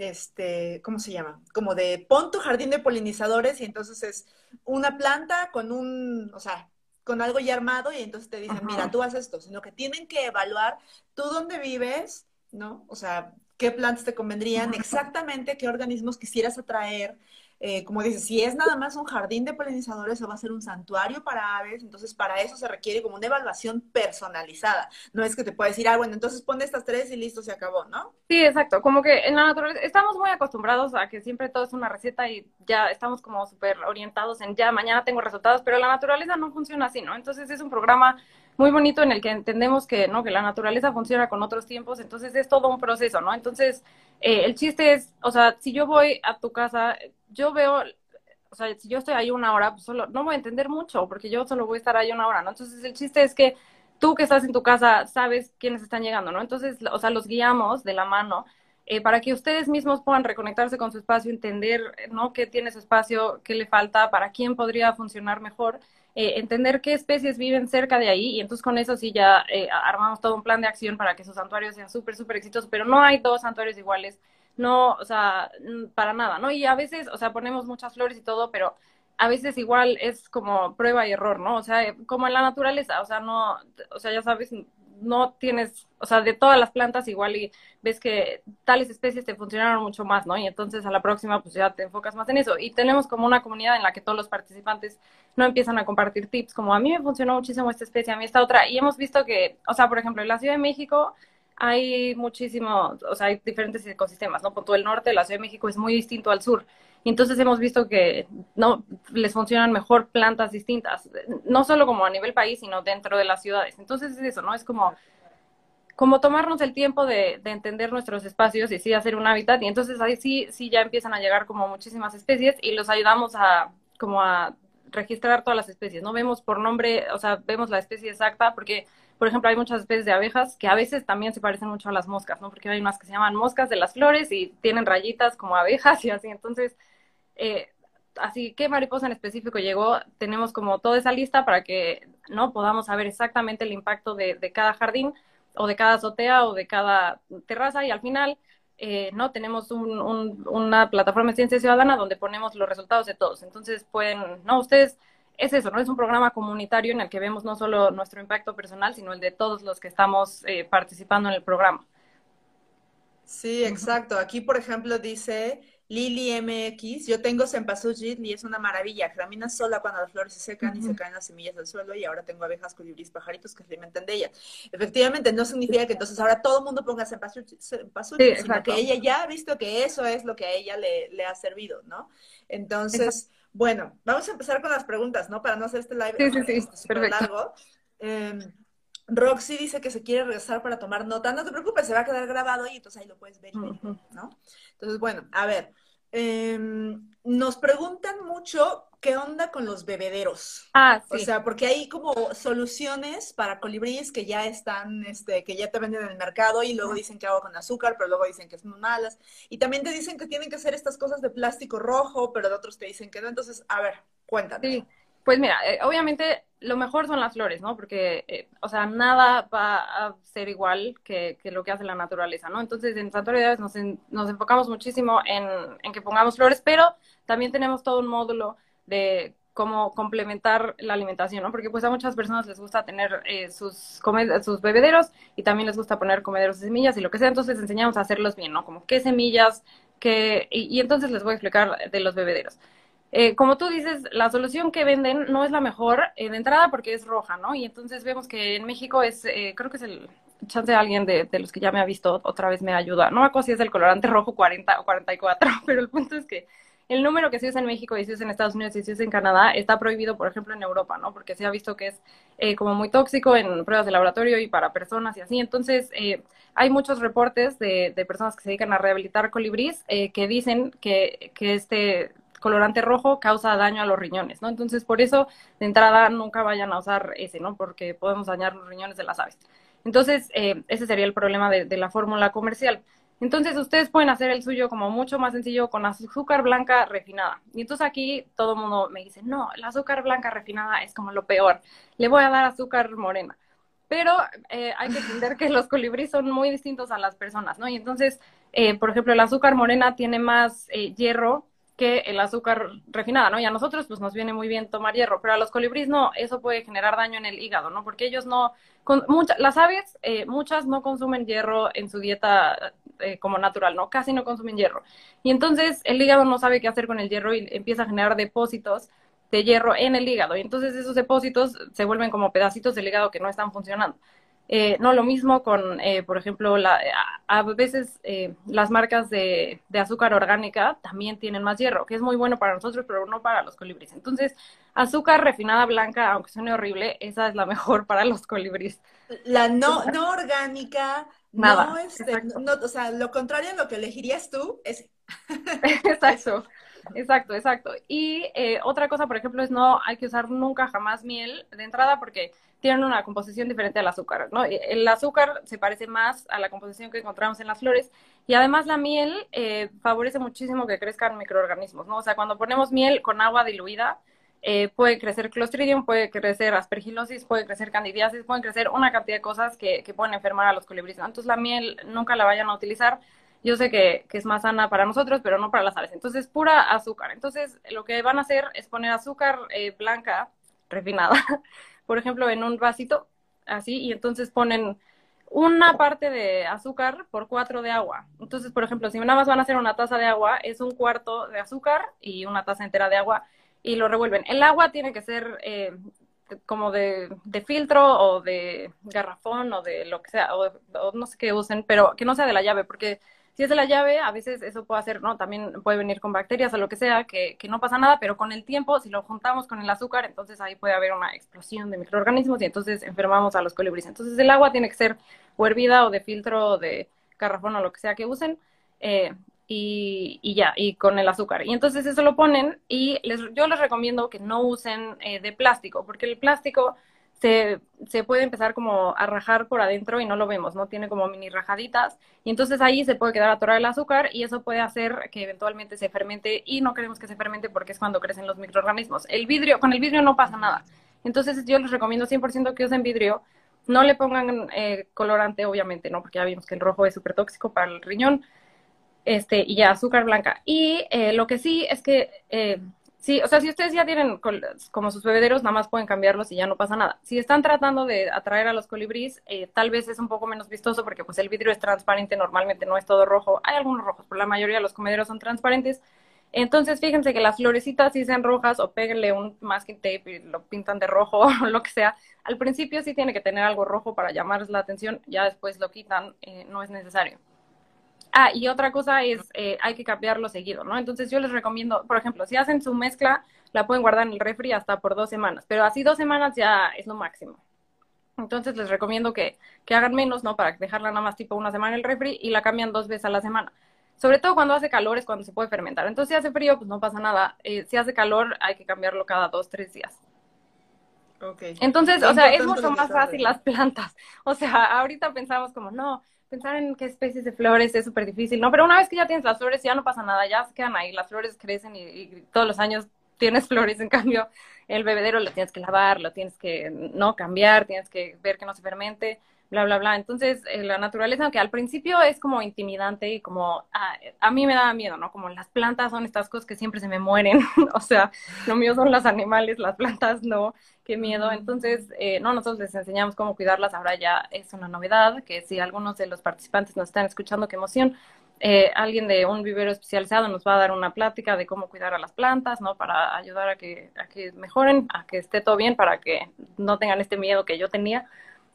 ¿cómo se llama? Como de pon tu jardín de polinizadores y entonces es una planta con o sea, con algo ya armado y entonces te dicen, mira, ujú. tú haces esto, sino que tienen que evaluar tú dónde vives, ¿no? O sea, qué plantas te convendrían, exactamente qué organismos quisieras atraer. Como dices, si es nada más un jardín de polinizadores o va a ser un santuario para aves, entonces para eso se requiere como una evaluación personalizada. No es que te pueda decir, ah, bueno, entonces pon estas tres y listo, se acabó, ¿no? Sí, exacto. Como que en la naturaleza estamos muy acostumbrados a que siempre todo es una receta y ya estamos como súper orientados en ya mañana tengo resultados, pero la naturaleza no funciona así, ¿no? Entonces es un programa muy bonito en el que entendemos que no, que la naturaleza funciona con otros tiempos, entonces es todo un proceso, ¿no? Entonces el chiste es, o sea, si yo voy a tu casa, yo veo, o sea, si yo estoy ahí una hora, pues solo no voy a entender mucho porque yo solo voy a estar ahí una hora, ¿no? Entonces el chiste es que tú que estás en tu casa sabes quiénes están llegando, ¿no? Entonces, o sea, los guiamos de la mano para que ustedes mismos puedan reconectarse con su espacio, entender, ¿no? Qué tiene su espacio, qué le falta, para quién podría funcionar mejor, entender qué especies viven cerca de ahí y entonces con eso sí ya armamos todo un plan de acción para que su santuario sea súper, súper exitoso, pero no hay dos santuarios iguales, no, o sea, para nada, ¿no? Y a veces, o sea, ponemos muchas flores y todo, pero a veces igual es como prueba y error, ¿no? O sea, como en la naturaleza, o sea, no, o sea, ya sabes, no tienes, o sea, de todas las plantas igual y ves que tales especies te funcionaron mucho más, ¿no? Y entonces a la próxima pues ya te enfocas más en eso. Y tenemos como una comunidad en la que todos los participantes no empiezan a compartir tips, como a mí me funcionó muchísimo esta especie, a mí esta otra. Y hemos visto que, o sea, por ejemplo, en la Ciudad de México hay muchísimo, o sea, hay diferentes ecosistemas, ¿no? Por todo el norte, la Ciudad de México es muy distinto al sur. Y entonces hemos visto que no les funcionan mejor plantas distintas, no solo como a nivel país, sino dentro de las ciudades. Entonces es eso, ¿no? Es como tomarnos el tiempo de entender nuestros espacios y sí hacer un hábitat. Y entonces ahí sí, sí ya empiezan a llegar como muchísimas especies y los ayudamos a como a registrar todas las especies, ¿no? Vemos por nombre, o sea, vemos la especie exacta porque, por ejemplo, hay muchas especies de abejas que a veces también se parecen mucho a las moscas, ¿no? Porque hay unas que se llaman moscas de las flores y tienen rayitas como abejas y así. Entonces, eh, así que mariposa en específico llegó, tenemos como toda esa lista para que no podamos saber exactamente el impacto de cada jardín o de cada azotea o de cada terraza y al final no tenemos una plataforma de ciencia ciudadana donde ponemos los resultados de todos. Entonces pueden, no, ustedes, es eso, ¿no? Es un programa comunitario en el que vemos no solo nuestro impacto personal, sino el de todos los que estamos participando en el programa. Sí, Uh -huh. exacto. Aquí, por ejemplo, dice Lili MX, yo tengo cempasúchil y es una maravilla. Germina sola cuando las flores se secan y se Ujú. caen las semillas del suelo y ahora tengo abejas, colibríes, pajaritos que se alimentan de ellas. Efectivamente, no significa que entonces ahora todo el mundo ponga Sí, cempasúchil, sino que exacto. ella ya ha visto que eso es lo que a ella le ha servido, ¿no? Exacto. Entonces, bueno, vamos a empezar con las preguntas, ¿no? Para no hacer este live Sí, sí, sí, súper perfecto. largo. Roxy dice que se quiere regresar para tomar nota. No te preocupes, se va a quedar grabado y entonces ahí lo puedes ver y ver y ver, Ujú. ¿no? Entonces, bueno, a ver. Nos preguntan mucho qué onda con los bebederos. Ah, O sí. sea, porque hay como soluciones para colibríes que ya están, que ya te venden en el mercado y luego dicen que agua con azúcar, pero luego dicen que son malas. Y también te dicen que tienen que hacer estas cosas de plástico rojo, pero de otros te dicen que no. Entonces, a ver, cuéntame. Sí, pues mira, obviamente lo mejor son las flores, ¿no? Porque, o sea, nada va a ser igual que lo que hace la naturaleza, ¿no? Entonces, en Santuario de Aves nos enfocamos muchísimo en que pongamos flores, pero también tenemos todo un módulo de cómo complementar la alimentación, ¿no? Porque pues a muchas personas les gusta tener sus bebederos y también les gusta poner comederos de semillas y lo que sea, entonces enseñamos a hacerlos bien, ¿no? Como qué semillas, y entonces les voy a explicar de los bebederos. Como tú dices, la solución que venden no es la mejor de entrada porque es roja, ¿no? Y entonces vemos que en México creo que es el chance de alguien de los que ya me ha visto otra vez me ayuda. No me acuerdo si es el colorante rojo 40 o 44, pero el punto es que el número que se usa en México y se usa en Estados Unidos y se usa en Canadá está prohibido, por ejemplo, en Europa, ¿no? Porque se ha visto que es como muy tóxico en pruebas de laboratorio y para personas y así. Entonces, hay muchos reportes de personas que se dedican a rehabilitar colibrís que dicen que este colorante rojo causa daño a los riñones, ¿no? Entonces, por eso, de entrada, nunca vayan a usar ese, ¿no? Porque podemos dañar los riñones de las aves. Entonces, ese sería el problema de la fórmula comercial. Entonces, ustedes pueden hacer el suyo como mucho más sencillo con azúcar blanca refinada. Y entonces aquí todo el mundo me dice, no, la azúcar blanca refinada es como lo peor. Le voy a dar azúcar morena. Pero hay que entender que los colibríes son muy distintos a las personas, ¿no? Y entonces, por ejemplo, el azúcar morena tiene más hierro que el azúcar refinada, ¿no? Y a nosotros pues nos viene muy bien tomar hierro, pero a los colibríes no, eso puede generar daño en el hígado, ¿no? Porque ellos no, las aves, muchas no consumen hierro en su dieta como natural, ¿no? Casi no consumen hierro. Y entonces el hígado no sabe qué hacer con el hierro y empieza a generar depósitos de hierro en el hígado. Y entonces esos depósitos se vuelven como pedacitos del hígado que no están funcionando. No, lo mismo con, por ejemplo, a veces las marcas de azúcar orgánica también tienen más hierro, que es muy bueno para nosotros, pero no para los colibríes. Entonces, azúcar refinada blanca, aunque suene horrible, esa es la mejor para los colibríes. La no orgánica, no, Nada, exacto. no, o sea, lo contrario a lo que elegirías tú es esa. Exacto, exacto, exacto. Y otra cosa, por ejemplo, es no hay que usar nunca jamás miel de entrada porque tienen una composición diferente al azúcar, ¿no? El azúcar se parece más a la composición que encontramos en las flores y además la miel favorece muchísimo que crezcan microorganismos, ¿no? O sea, cuando ponemos miel con agua diluida, puede crecer Clostridium, puede crecer Aspergillosis, puede crecer Candidiasis, pueden crecer una cantidad de cosas que pueden enfermar a los colibríes, ¿no? Entonces la miel nunca la vayan a utilizar. Yo sé que es más sana para nosotros, pero no para las aves. Entonces, pura azúcar. Entonces, lo que van a hacer es poner azúcar blanca refinada, por ejemplo, en un vasito, así, y entonces ponen una parte de azúcar por 4 de agua. Entonces, por ejemplo, si nada más van a hacer una taza de agua, es un cuarto de azúcar y una taza entera de agua y lo revuelven. El agua tiene que ser como de filtro o de garrafón o de lo que sea, o no sé qué usen, pero que no sea de la llave, porque si es de la llave, a veces eso puede hacer, ¿no? También puede venir con bacterias o lo que sea, que no pasa nada, pero con el tiempo, si lo juntamos con el azúcar, entonces ahí puede haber una explosión de microorganismos y entonces enfermamos a los colibríes. Entonces el agua tiene que ser o hervida o de filtro o de garrafón o lo que sea que usen. Y ya, y con el azúcar. Y entonces eso lo ponen y yo les recomiendo que no usen de plástico, porque el plástico se puede empezar como a rajar por adentro y no lo vemos, ¿no? Tiene como mini rajaditas y entonces ahí se puede quedar atorado el azúcar y eso puede hacer que eventualmente se fermente y no queremos que se fermente porque es cuando crecen los microorganismos. Con el vidrio no pasa nada. Entonces yo les recomiendo 100% que usen vidrio. No le pongan colorante, obviamente, ¿no? Porque ya vimos que el rojo es súper tóxico para el riñón y ya azúcar blanca. Y lo que sí es que Sí, o sea, si ustedes ya tienen como sus bebederos, nada más pueden cambiarlos y ya no pasa nada. Si están tratando de atraer a los colibríes, tal vez es un poco menos vistoso porque pues el vidrio es transparente, normalmente no es todo rojo. Hay algunos rojos, pero la mayoría de los comederos son transparentes. Entonces, fíjense que las florecitas sí sean rojas o péguenle un masking tape y lo pintan de rojo o lo que sea. Al principio sí tiene que tener algo rojo para llamarles la atención, ya después lo quitan, no es necesario. Ah, y otra cosa es, hay que cambiarlo seguido, ¿no? Entonces yo les recomiendo, por ejemplo, si hacen su mezcla, la pueden guardar en el refri hasta por 2 semanas, pero así 2 semanas ya es lo máximo. Entonces les recomiendo que hagan menos, ¿no? Para dejarla nada más tipo una semana en el refri y la cambian 2 veces a la semana. Sobre todo cuando hace calor es cuando se puede fermentar. Entonces si hace frío, pues no pasa nada. Si hace calor, hay que cambiarlo cada 2, 3 días. Ok. Entonces, Qué o sea, es importante mucho lo que más acabas de fácil decir. las plantas. O sea, ahorita pensamos como, no, pensar en qué especies de flores es súper difícil, ¿no? Pero una vez que ya tienes las flores, ya no pasa nada, ya se quedan ahí, las flores crecen y todos los años tienes flores, en cambio, el bebedero lo tienes que lavar, lo tienes que, no, cambiar, tienes que ver que no se fermente, bla, bla, bla. Entonces, la naturaleza, aunque al principio es como intimidante y como, a mí me daba miedo, ¿no? Como las plantas son estas cosas que siempre se me mueren, o sea, lo mío son los animales, las plantas no, qué miedo. Ujú. Entonces, no, nosotros les enseñamos cómo cuidarlas, ahora ya es una novedad, que si algunos de los participantes nos están escuchando, qué emoción. Alguien de un vivero especializado nos va a dar una plática de cómo cuidar a las plantas, ¿no? Para ayudar a que mejoren, a que esté todo bien, para que no tengan este miedo que yo tenía.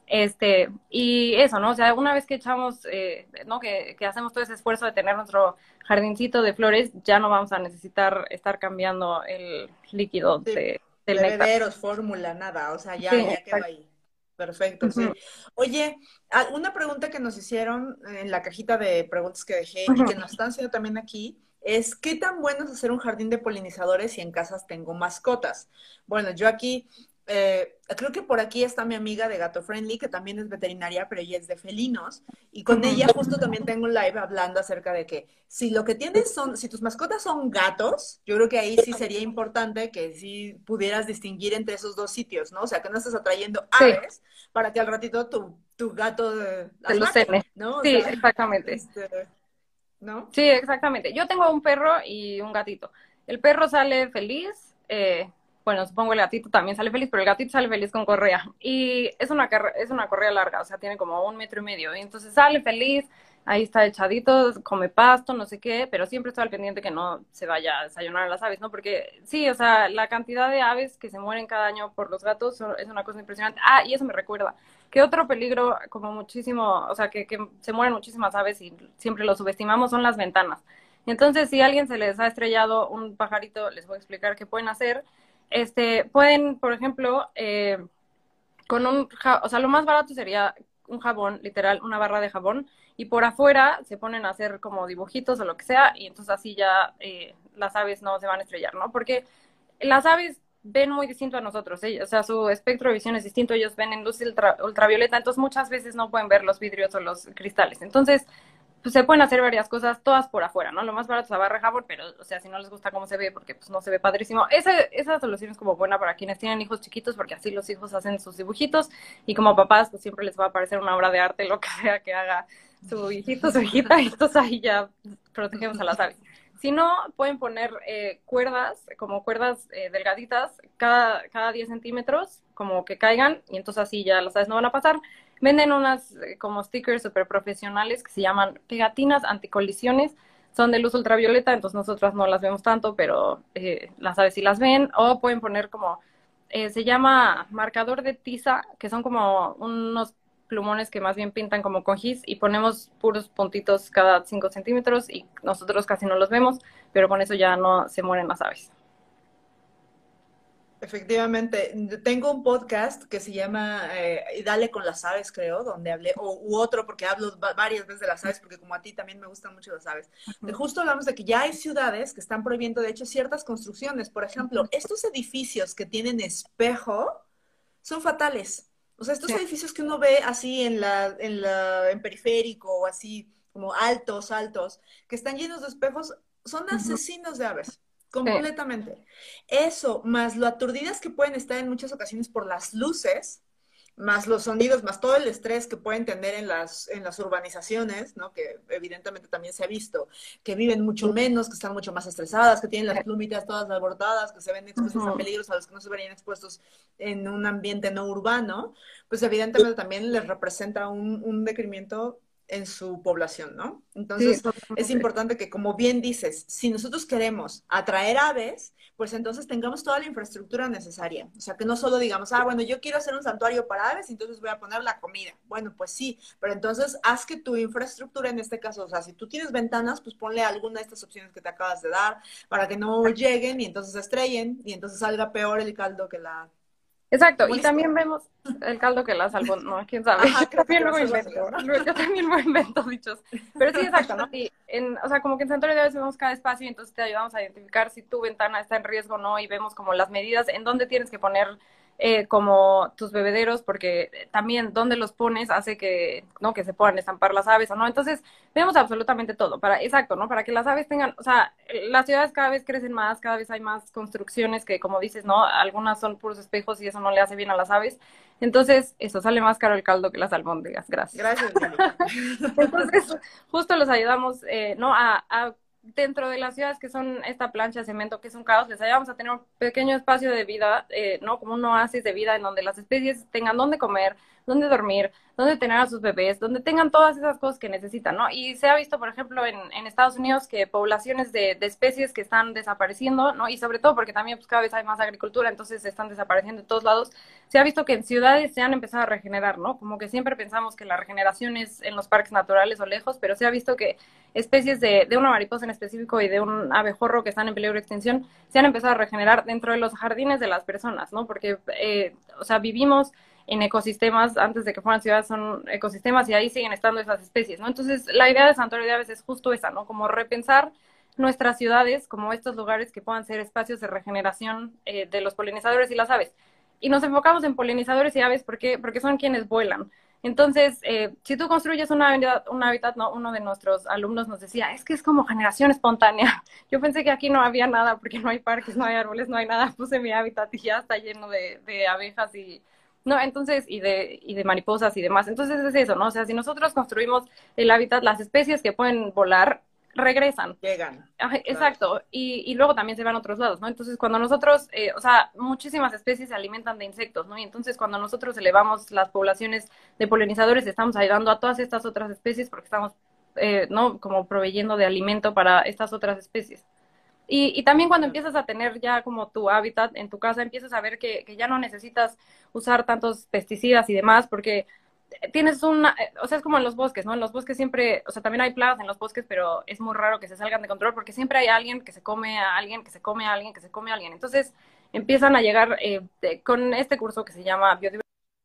Y eso, ¿no? O sea, una vez que echamos, ¿no? Que hacemos todo ese esfuerzo de tener nuestro jardincito de flores, ya no vamos a necesitar estar cambiando el líquido Sí, del néctar. bebederos, fórmula, nada, o sea, Sí, ya quedó exacto. ahí. Perfecto, Ujú, sí. Oye, una pregunta que nos hicieron en la cajita de preguntas que dejé y ujú. que nos están haciendo también aquí es, ¿qué tan bueno es hacer un jardín de polinizadores si en casas tengo mascotas? Bueno, yo aquí, creo que por aquí está mi amiga de Gato Friendly, que también es veterinaria, pero ella es de felinos, y con Ujú. ella justo también tengo un live hablando acerca de que si lo que tienes son, si tus mascotas son gatos, yo creo que ahí sí sería importante que sí pudieras distinguir entre esos dos sitios, ¿no? O sea, que no estés atrayendo Sí, aves para que al ratito tu gato de las los mate, cenes. ¿no? O Sí, sea, exactamente. este, ¿no? Sí, exactamente. Yo tengo un perro y un gatito. El perro sale feliz, bueno, supongo el gatito también sale feliz, pero el gatito sale feliz con correa. Y es una correa larga, o sea, tiene como 1,5 metros. Y entonces sale feliz, ahí está echadito, come pasto, no sé qué, pero siempre estoy al pendiente que no se vaya a desayunar a las aves, ¿no? Porque sí, o sea, la cantidad de aves que se mueren cada año por los gatos es una cosa impresionante. Ah, y eso me recuerda. ¿Qué otro peligro, como muchísimo, o sea, que se mueren muchísimas aves y siempre lo subestimamos, son las ventanas? Entonces, si a alguien se les ha estrellado un pajarito, les voy a explicar qué pueden hacer. Pueden, por ejemplo, o sea, lo más barato sería un jabón, literal, una barra de jabón, y por afuera se ponen a hacer como dibujitos o lo que sea, y entonces así ya las aves no se van a estrellar, ¿no? Porque las aves ven muy distinto a nosotros, o sea, su espectro de visión es distinto, ellos ven en luz ultravioleta, entonces muchas veces no pueden ver los vidrios o los cristales. Entonces, pues se pueden hacer varias cosas, todas por afuera, ¿no? Lo más barato es la barra de jabón, pero, o sea, si no les gusta cómo se ve, porque pues no se ve padrísimo, esa solución es como buena para quienes tienen hijos chiquitos, porque así los hijos hacen sus dibujitos, y como papás, pues siempre les va a parecer una obra de arte lo que sea que haga su hijito, su hijita, y entonces ahí ya protegemos a las aves. Si no, pueden poner cuerdas, como cuerdas delgaditas, cada 10 centímetros, como que caigan, y entonces así ya las aves no van a pasar. Venden unas como stickers super profesionales que se llaman pegatinas anticolisiones. Son de luz ultravioleta, entonces nosotras no las vemos tanto, pero las aves sí las ven. O pueden poner como, se llama marcador de tiza, que son como unos plumones que más bien pintan como con gis y ponemos puros puntitos cada 5 centímetros y nosotros casi no los vemos, pero con eso ya no se mueren las aves. Efectivamente, tengo un podcast que se llama Dale con las aves, creo, donde hablé, u otro, porque hablo varias veces de las aves, porque como a ti también me gustan mucho las aves. De justo hablamos de que ya hay ciudades que están prohibiendo, de hecho, ciertas construcciones. Por ejemplo, estos edificios que tienen espejo son fatales. O sea, estos Sí. edificios que uno ve así en periférico o así como altos, altos, que están llenos de espejos, son Ujú. asesinos de aves, Sí. completamente. Eso, más lo aturdidas que pueden estar en muchas ocasiones por las luces, más los sonidos, más todo el estrés que pueden tener en las urbanizaciones, ¿no? Que evidentemente también se ha visto, que viven mucho menos, que están mucho más estresadas, que tienen las plumitas todas alborotadas, que se ven expuestas a Ujú. peligros a los que no se verían expuestos en un ambiente no urbano, pues evidentemente también les representa un decremento en su población, ¿no? Sí, Entonces, es totalmente. importante que, como bien dices, si nosotros queremos atraer aves, pues entonces tengamos toda la infraestructura necesaria. O sea, que no solo digamos, ah, bueno, yo quiero hacer un santuario para aves, entonces voy a poner la comida. Bueno, pues sí, pero entonces haz que tu infraestructura en este caso, o sea, si tú tienes ventanas, pues ponle alguna de estas opciones que te acabas de dar para que no lleguen y entonces se estrellen y entonces salga peor el caldo que la... Exacto, ¿Cómo y dices? también vemos el caldo que la salvó, no, quién sabe, yo Ajá, creo que también la luego salva invento, seguro, ¿no? yo también luego invento dichos, pero sí, exacto, ¿no? Y o sea, como que en Santorio de veces vemos cada espacio y entonces te ayudamos a identificar si tu ventana está en riesgo o no y vemos como las medidas en dónde tienes que poner como tus bebederos, porque también dónde los pones hace que, ¿no? Que se puedan estampar las aves o no, entonces vemos absolutamente todo, para, exacto, ¿no? Para que las aves tengan, o sea, las ciudades cada vez crecen más, cada vez hay más construcciones que, como dices, ¿no? Algunas son puros espejos y eso no le hace bien a las aves. Entonces, eso sale más caro el caldo que las albóndigas, gracias. Gracias, Lili. Entonces, justo los ayudamos, ¿no? Dentro de las ciudades que son esta plancha de cemento, que es un caos, les ayudamos a tener un pequeño espacio de vida, ¿no? Como un oasis de vida en donde las especies tengan dónde comer, dónde dormir, dónde tener a sus bebés, donde tengan todas esas cosas que necesitan, ¿no? Y se ha visto, por ejemplo, en Estados Unidos que poblaciones de especies que están desapareciendo, ¿no? Y sobre todo porque también pues, cada vez hay más agricultura, entonces se están desapareciendo de todos lados, se ha visto que en ciudades se han empezado a regenerar, ¿no? Como que siempre pensamos que la regeneración es en los parques naturales o lejos, pero se ha visto que especies de una mariposa en específico y de un abejorro que están en peligro de extinción se han empezado a regenerar dentro de los jardines de las personas, ¿no? Porque, o sea, vivimos en ecosistemas, antes de que fueran ciudades son ecosistemas y ahí siguen estando esas especies, ¿no? Entonces, la idea de Santuario de Aves es justo esa, ¿no? Como repensar nuestras ciudades como estos lugares que puedan ser espacios de regeneración de los polinizadores y las aves. Y nos enfocamos en polinizadores y aves porque son quienes vuelan. Entonces, si tú construyes un hábitat, ¿no? Uno de nuestros alumnos nos decía, es que es como generación espontánea. Yo pensé que aquí no había nada porque no hay parques, no hay árboles, no hay nada. Puse mi hábitat y ya está lleno de abejas y, no, entonces, y de mariposas y demás. Entonces es eso, ¿no? O sea, si nosotros construimos el hábitat, las especies que pueden volar regresan. Llegan, Ajá, claro. exacto, y luego también se van a otros lados, ¿no? Entonces, cuando nosotros, o sea, muchísimas especies se alimentan de insectos, ¿no? Y entonces, cuando nosotros elevamos las poblaciones de polinizadores, estamos ayudando a todas estas otras especies porque estamos, ¿no? Como proveyendo de alimento para estas otras especies. Y también cuando Claro. empiezas a tener ya como tu hábitat en tu casa, empiezas a ver que ya no necesitas usar tantos pesticidas y demás, porque tienes una, o sea, es como en los bosques, ¿no? En los bosques siempre, o sea, también hay plagas en los bosques, pero es muy raro que se salgan de control porque siempre hay alguien que se come a alguien, que se come a alguien, que se come a alguien. Entonces empiezan a llegar con este curso que se llama Biodiversidad,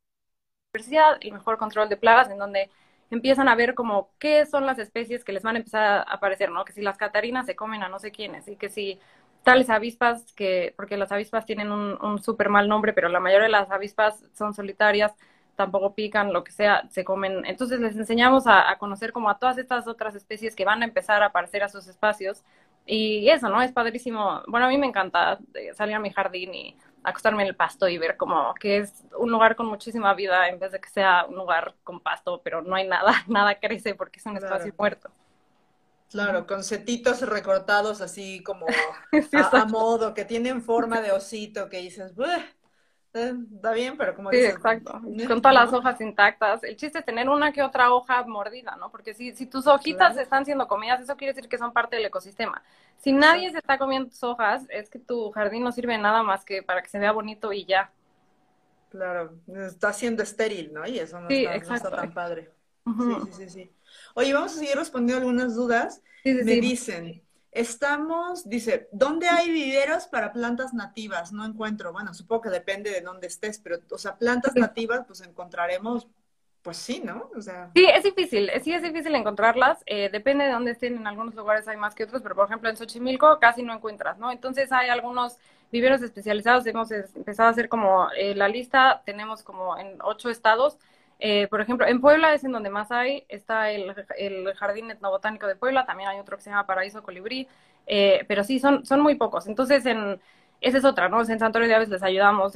el mejor control de plagas, en donde empiezan a ver como qué son las especies que les van a empezar a aparecer, ¿no? Que si las catarinas se comen a no sé quiénes y que si tales avispas, que, porque las avispas tienen un súper mal nombre, pero la mayoría de las avispas son solitarias, tampoco pican, lo que sea, se comen. Entonces les enseñamos a conocer como a todas estas otras especies que van a empezar a aparecer a sus espacios. Y eso, ¿no? Es padrísimo. Bueno, a mí me encanta salir a mi jardín y acostarme en el pasto y ver como que es un lugar con muchísima vida en vez de que sea un lugar con pasto, pero no hay nada, nada crece porque es un espacio Claro. muerto. Claro, con setitos recortados así como Sí, a exacto. modo, que tienen forma de osito, que dices, "Bueh, está bien, pero como Sí, dices, exacto. Con todas las ¿no? hojas intactas. El chiste es tener una que otra hoja mordida, ¿no? Porque si tus hojitas Claro, están siendo comidas, eso quiere decir que son parte del ecosistema. Si nadie se exacto, está comiendo tus hojas, es que tu jardín no sirve de nada más que para que se vea bonito y ya. claro. Está siendo estéril, ¿no? Y eso Sí, no está exacto. tan padre. Sí, Ujú. sí, sí, sí. Oye, vamos a seguir respondiendo algunas dudas. Sí, sí, Me sí. dicen, dice, ¿dónde hay viveros para plantas nativas? No encuentro. Bueno, supongo que depende de dónde estés, pero, o sea, plantas nativas, pues encontraremos, pues sí, ¿no? O sea, Sí, es difícil encontrarlas, depende de dónde estén, en algunos lugares hay más que otros, pero por ejemplo en Xochimilco casi no encuentras, ¿no? Entonces hay algunos viveros especializados, hemos empezado a hacer como la lista, tenemos como en 8 estados, por ejemplo en Puebla es en donde más hay, está el Jardín Etnobotánico de Puebla, también hay otro que se llama Paraíso Colibrí, pero sí, son muy pocos, entonces esa es otra, ¿no? En Santuario de Aves les ayudamos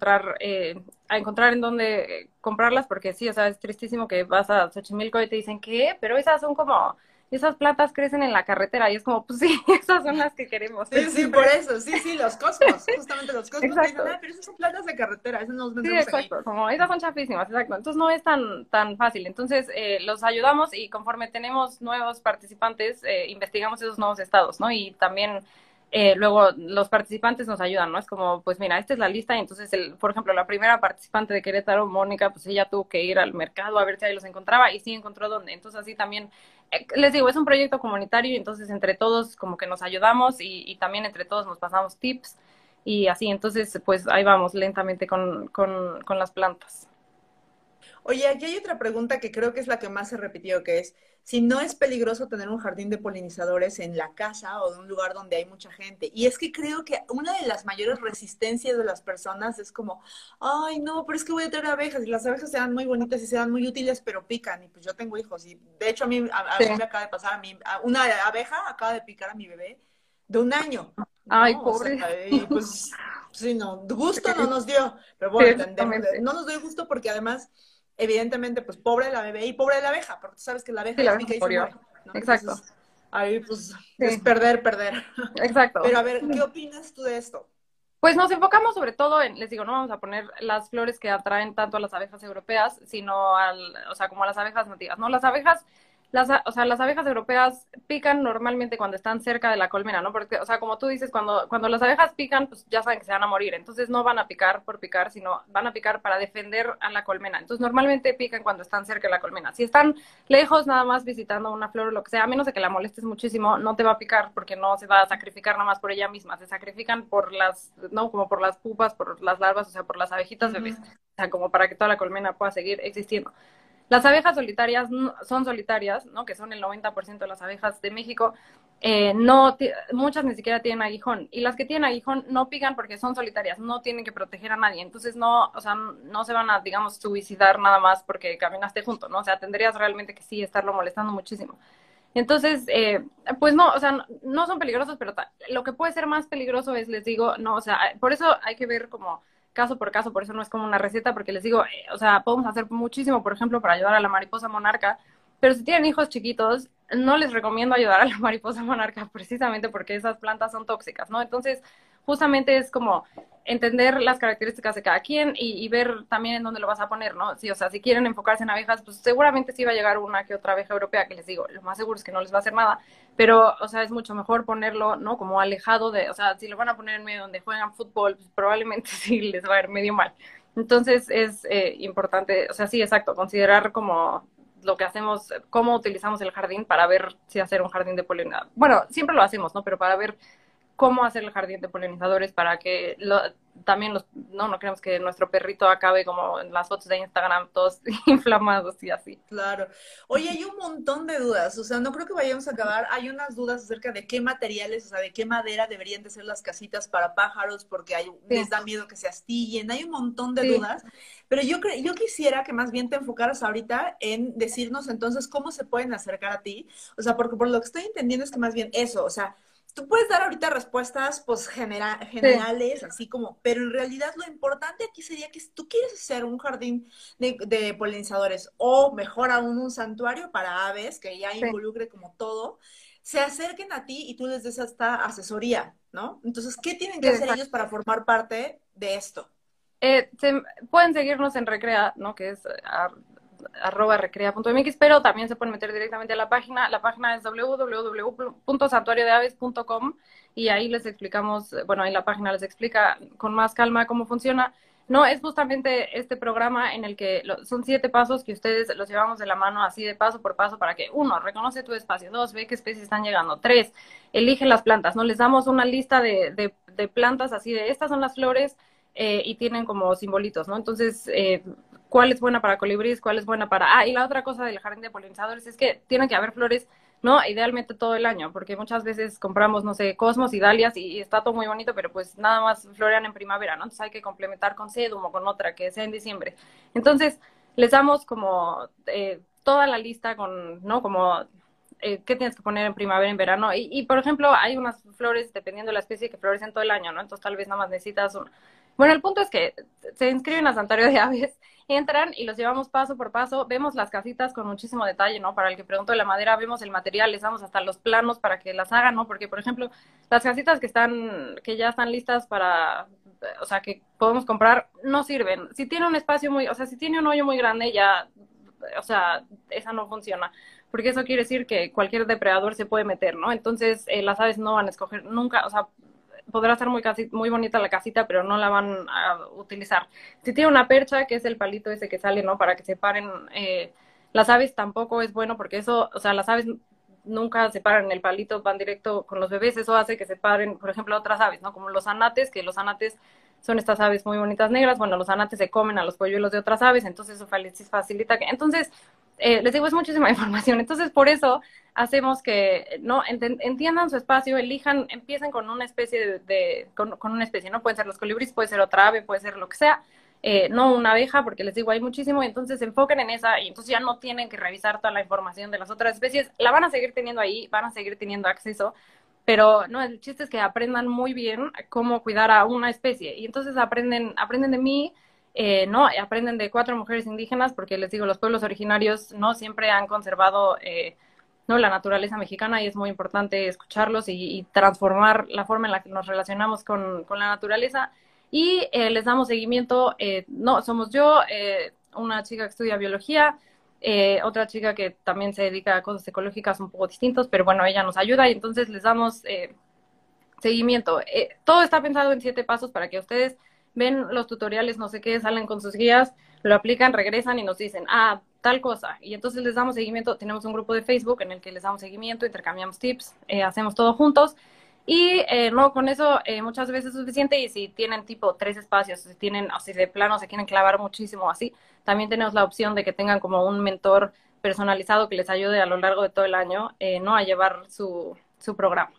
a encontrar en dónde comprarlas, porque sí, o sea, es tristísimo que vas a Xochimilco y te dicen, ¿qué? Pero esas son como, esas plantas crecen en la carretera, y es como, pues sí, esas son las que queremos Sí, sí, por siempre. eso, sí, sí, los cosmos, justamente los cosmos te dicen, Exacto. ah, pero esas son plantas de carretera, esas no las Sí, vendemos ahí. exacto, como esas son chafísimas, exacto. Entonces no es tan fácil. Entonces los ayudamos y conforme tenemos nuevos participantes, investigamos esos nuevos estados, ¿no? Y también luego los participantes nos ayudan, ¿no? Es como, pues mira, esta es la lista y entonces, por ejemplo, la primera participante de Querétaro, Mónica, pues ella tuvo que ir al mercado a ver si ahí los encontraba y sí encontró dónde. Entonces así también, les digo, es un proyecto comunitario y entonces entre todos como que nos ayudamos y también entre todos nos pasamos tips y así, entonces, pues ahí vamos lentamente con las plantas. Oye, aquí hay otra pregunta que creo que es la que más se repitió, que es si no es peligroso tener un jardín de polinizadores en la casa o de un lugar donde hay mucha gente. Y es que creo que una de las mayores resistencias de las personas es como, ay, no, pero es que voy a tener abejas y las abejas sean muy bonitas y sean muy útiles, pero pican. Y pues yo tengo hijos y de hecho a Sí. mí me acaba de pasar, una abeja acaba de picar a mi bebé de 1 año, Ay, ¿no? O sea, pobre. y pues, sí, no, gusto no Sí, nos dio, pero sí, bueno, exactamente. no nos dio gusto porque además evidentemente, pues pobre de la bebé y pobre de la abeja, porque tú sabes que la abeja Sí, la les abeja pica y se murió. muere, ¿no? Exacto. Entonces, ahí pues es Sí, perder, perder. exacto. Pero a ver, ¿qué opinas tú de esto? Pues nos enfocamos sobre todo en, les digo, no vamos a poner las flores que atraen tanto a las abejas europeas, sino o sea, como a las abejas nativas, ¿no? Las abejas, o sea, las abejas europeas pican normalmente cuando están cerca de la colmena, ¿no? Porque, o sea, como tú dices, cuando las abejas pican, pues ya saben que se van a morir, entonces no van a picar por picar, sino van a picar para defender a la colmena. Entonces normalmente pican cuando están cerca de la colmena. Si están lejos, nada más visitando una flor o lo que sea, a menos de que la molestes muchísimo, no te va a picar porque no se va a sacrificar nada más por ella misma, se sacrifican por no, como por las pupas, por las larvas, o sea, por las abejitas bebés, Ujú. o sea, como para que toda la colmena pueda seguir existiendo. Las abejas solitarias son solitarias, ¿no? Que son el 90% de las abejas de México. No, muchas ni siquiera tienen aguijón. Y las que tienen aguijón no pican porque son solitarias, no tienen que proteger a nadie. Entonces no, o sea, no se van a, digamos, suicidar nada más porque caminaste junto, ¿no? O sea, tendrías realmente que sí estarlo molestando muchísimo. Entonces, pues no, o sea, no son peligrosos, pero lo que puede ser más peligroso es, les digo, no, o sea, por eso hay que ver como caso por caso, por eso no es como una receta, porque les digo, o sea, podemos hacer muchísimo, por ejemplo, para ayudar a la mariposa monarca, pero si tienen hijos chiquitos, no les recomiendo ayudar a la mariposa monarca precisamente porque esas plantas son tóxicas, ¿no? Entonces, justamente es como entender las características de cada quien y ver también en dónde lo vas a poner, ¿no? Sí, o sea, si quieren enfocarse en abejas, pues seguramente sí va a llegar una que otra abeja europea, que les digo, lo más seguro es que no les va a hacer nada, pero, o sea, es mucho mejor ponerlo, ¿no? Como alejado de, o sea, si lo van a poner en medio donde juegan fútbol, pues probablemente sí les va a ir medio mal. Entonces es importante, o sea, sí, exacto, considerar como lo que hacemos, cómo utilizamos el jardín para ver si hacer un jardín de polinizadores. Bueno, siempre lo hacemos, ¿no? Pero para ver cómo hacer el jardín de polinizadores para que también no queremos que nuestro perrito acabe como en las fotos de Instagram todos inflamados y así. Claro. Oye, hay un montón de dudas, o sea, no creo que vayamos a acabar. Hay unas dudas acerca de qué materiales, o sea, de qué madera deberían de ser las casitas para pájaros, porque Sí, les da miedo que se astillen. Hay un montón de sí, dudas, pero yo quisiera que más bien te enfocaras ahorita en decirnos entonces cómo se pueden acercar a ti. O sea, porque por lo que estoy entendiendo es que más bien eso, o sea, tú puedes dar ahorita respuestas pues sí, generales, así como, pero en realidad lo importante aquí sería que si tú quieres hacer un jardín de polinizadores o mejor aún un santuario para aves que ya sí, involucre como todo, se acerquen a ti y tú les des esta asesoría, ¿no? Entonces, ¿qué tienen sí, que hacer ellos exacto. para formar parte de esto? Pueden seguirnos en Recrea, ¿no? Que es @recrea.mx, pero también se pueden meter directamente a la página. La página es www.santuariodeaves.com y ahí les explicamos, bueno, ahí la página les explica con más calma cómo funciona. No, es justamente este programa en el que son 7 pasos que ustedes los llevamos de la mano así de paso por paso para que, uno, reconoce tu espacio, dos, ve qué especies están llegando, tres, elige las plantas, ¿no? Les damos una lista de plantas así de estas son las flores y tienen como simbolitos, ¿no? Entonces, ¿cuál es buena para colibríes? ¿Cuál es buena para...? Ah, y la otra cosa del jardín de polinizadores es que tiene que haber flores, ¿no? Idealmente todo el año, porque muchas veces compramos, no sé, cosmos y dalias y está todo muy bonito, pero pues nada más florean en primavera, ¿no? Entonces hay que complementar con sedum o con otra que sea en diciembre. Entonces, les damos como toda la lista con, ¿no? Como qué tienes que poner en primavera, en verano. Y, por ejemplo, hay unas flores, dependiendo de la especie, que florecen todo el año, ¿no? Entonces tal vez nada más necesitas un... Bueno, el punto es que se inscriben a Santuario de Aves, entran y los llevamos paso por paso, vemos las casitas con muchísimo detalle, ¿no? Para el que preguntó de la madera, vemos el material, les damos hasta los planos para que las hagan, ¿no? Porque, por ejemplo, las casitas que ya están listas para, o sea, que podemos comprar, no sirven. Si tiene un espacio muy, o sea, si tiene un hoyo muy grande, ya, o sea, esa no funciona. Porque eso quiere decir que cualquier depredador se puede meter, ¿no? Entonces, las aves no van a escoger nunca, o sea, podrá estar muy bonita la casita, pero no la van a utilizar. Si tiene una percha, que es el palito ese que sale, ¿no? Para que se paren, las aves tampoco es bueno porque eso, o sea, las aves nunca se paran en el palito, van directo con los bebés, eso hace que se paren, por ejemplo, otras aves, ¿no? Como los anates, que los anates son estas aves muy bonitas negras, bueno, los anates se comen a los polluelos de otras aves, entonces eso facilita que... Entonces, les digo, es muchísima información, entonces por eso hacemos que no entiendan su espacio, elijan, empiecen con una especie con una especie, ¿no? Pueden ser los colibríes, puede ser otra ave, puede ser lo que sea, no una abeja, porque les digo, hay muchísimo, y entonces se enfoquen en esa, y entonces ya no tienen que revisar toda la información de las otras especies, la van a seguir teniendo ahí, van a seguir teniendo acceso, pero no, el chiste es que aprendan muy bien cómo cuidar a una especie, y entonces aprenden de mí, no, aprenden de 4 mujeres indígenas, porque les digo, los pueblos originarios no siempre han conservado no la naturaleza mexicana y es muy importante escucharlos y transformar la forma en la que nos relacionamos con la naturaleza. Y les damos seguimiento, no, somos yo, una chica que estudia biología, otra chica que también se dedica a cosas ecológicas un poco distintos, pero bueno, ella nos ayuda y entonces les damos seguimiento. Todo está pensado en 7 pasos para que ustedes ven los tutoriales, no sé qué, salen con sus guías, lo aplican, regresan y nos dicen, ah, tal cosa. Y entonces les damos seguimiento. Tenemos un grupo de Facebook en el que les damos seguimiento, intercambiamos tips, hacemos todo juntos. Y no, con eso muchas veces es suficiente. Y si tienen tipo 3 espacios, si tienen, o si de plano se quieren clavar muchísimo así, también tenemos la opción de que tengan como un mentor personalizado que les ayude a lo largo de todo el año, ¿no? A llevar su programa.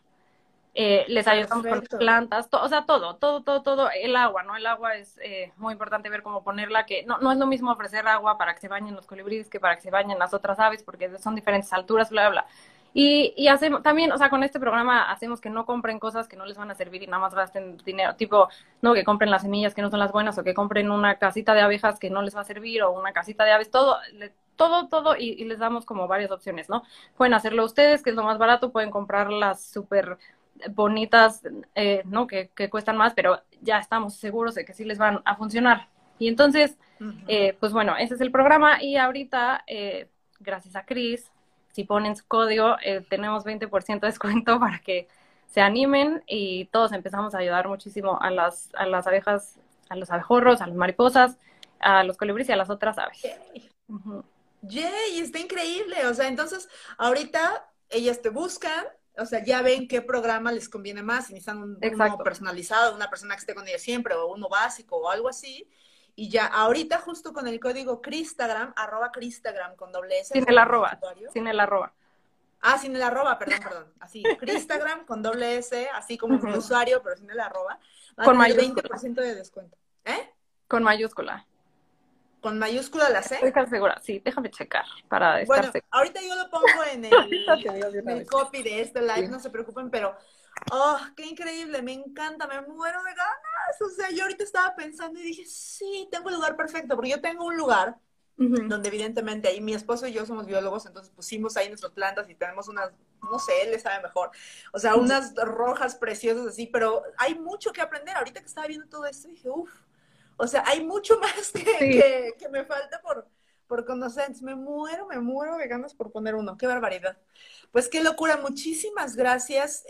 Les ayudamos con Perfecto. plantas, o sea, todo, el agua, ¿no? El agua es muy importante ver cómo ponerla, que no es lo mismo ofrecer agua para que se bañen los colibríes que para que se bañen las otras aves, porque son diferentes alturas, bla, bla, bla. Y hacemos también, o sea, con este programa hacemos que no compren cosas que no les van a servir y nada más gasten dinero, tipo, no, que compren las semillas que no son las buenas o que compren una casita de abejas que no les va a servir o una casita de aves, todo, y les damos como varias opciones, ¿no? Pueden hacerlo ustedes, que es lo más barato, pueden comprar las súper bonitas, ¿no? Que cuestan más, pero ya estamos seguros de que sí les van a funcionar. Y entonces, pues bueno, ese es el programa y ahorita, gracias a Chris, si ponen su código, tenemos 20% de descuento para que se animen y todos empezamos a ayudar muchísimo a las abejas, a los abejorros, a las mariposas, a los colibríes y a las otras aves. Yay. Uh-huh. Yay, está increíble. O sea, entonces, ahorita ellas te buscan, o sea, ya ven qué programa les conviene más, si necesitan uno Exacto. personalizado, una persona que esté con ellas siempre, o uno básico, o algo así. Y ya, ahorita justo con el código Cristagram, @Cristagram con doble S, Sin así el como el arroba, usuario. sin el arroba. Ah, sin el arroba, perdón. Así, Cristagram con doble S, así como mi Uh-huh. usuario, pero sin el arroba. Va a Con tener mayúscula, 20% de descuento. ¿Eh? con mayúscula. Con mayúscula la C. Estoy casi segura. Sí, déjame checar para estar Bueno, segura. ahorita yo lo pongo en Ahorita te digo de en una el vez. copy de este live, Sí. no se preocupen, pero, oh, qué increíble, me encanta, me muero de ganas. O sea, yo ahorita estaba pensando y dije, sí, tengo el lugar perfecto, porque yo tengo un lugar Uh-huh. donde evidentemente ahí mi esposo y yo somos biólogos, entonces pusimos ahí nuestras plantas y tenemos unas, no sé, él le sabe mejor, o sea, unas rojas preciosas así, pero hay mucho que aprender. Ahorita que estaba viendo todo esto, dije, uff, o sea, hay mucho más Sí. que me falta por conocer. Entonces, me muero de ganas por poner uno. Qué barbaridad. Pues qué locura. Muchísimas gracias,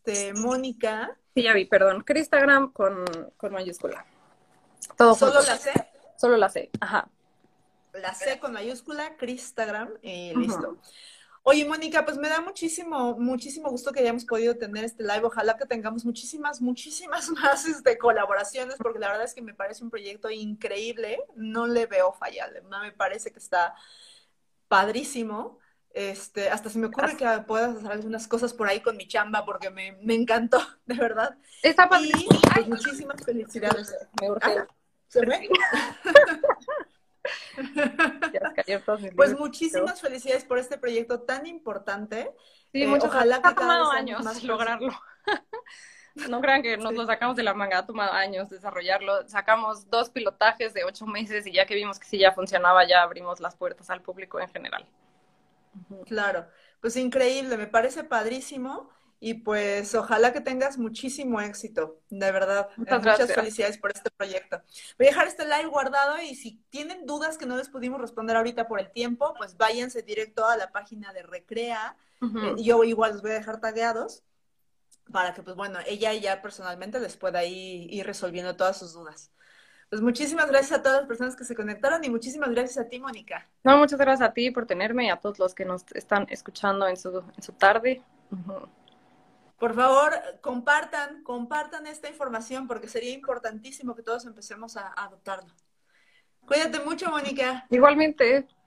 Mónica. Sí, ya vi, perdón. Cristagram con mayúscula. Todo junto. Solo la C, Solo la C. Ajá. la C con mayúscula, Cristagram, y listo. Uh-huh. Oye, Mónica, pues me da muchísimo gusto que hayamos podido tener este live. Ojalá que tengamos muchísimas más colaboraciones, porque la verdad es que me parece un proyecto increíble. No le veo fallar, no me parece que está padrísimo. Hasta se me ocurre Gracias. que puedas hacer algunas cosas por ahí con mi chamba, porque me encantó, de verdad. Está Y padrísimo. pues Ay, muchísimas felicidades. me urge. Ah, ¿se ve? gracias, que ayer todos mis Pues libros. muchísimas felicidades por este proyecto tan importante. Sí, muchas gracias. Ojalá Ha que cada vez tomado seamos años más personas. lograrlo. No crean que nos Sí. lo sacamos de la manga, ha tomado años desarrollarlo. Sacamos 2 pilotajes de 8 meses y ya que vimos que sí ya funcionaba, ya abrimos las puertas al público en general. Claro, pues increíble, me parece padrísimo y pues ojalá que tengas muchísimo éxito, de verdad. Muchas Muchas gracias. felicidades por este proyecto. Voy a dejar este live guardado y si tienen dudas que no les pudimos responder ahorita por el tiempo, pues váyanse directo a la página de Recrea. Ujú. Yo igual los voy a dejar tagueados para que pues bueno, ella ya personalmente les pueda ir resolviendo todas sus dudas. Pues muchísimas gracias a todas las personas que se conectaron y muchísimas gracias a ti, Mónica. No, muchas gracias a ti por tenerme y a todos los que nos están escuchando en su tarde. Ujú. Por favor, compartan esta información porque sería importantísimo que todos empecemos a adoptarlo. Cuídate mucho, Mónica. Igualmente.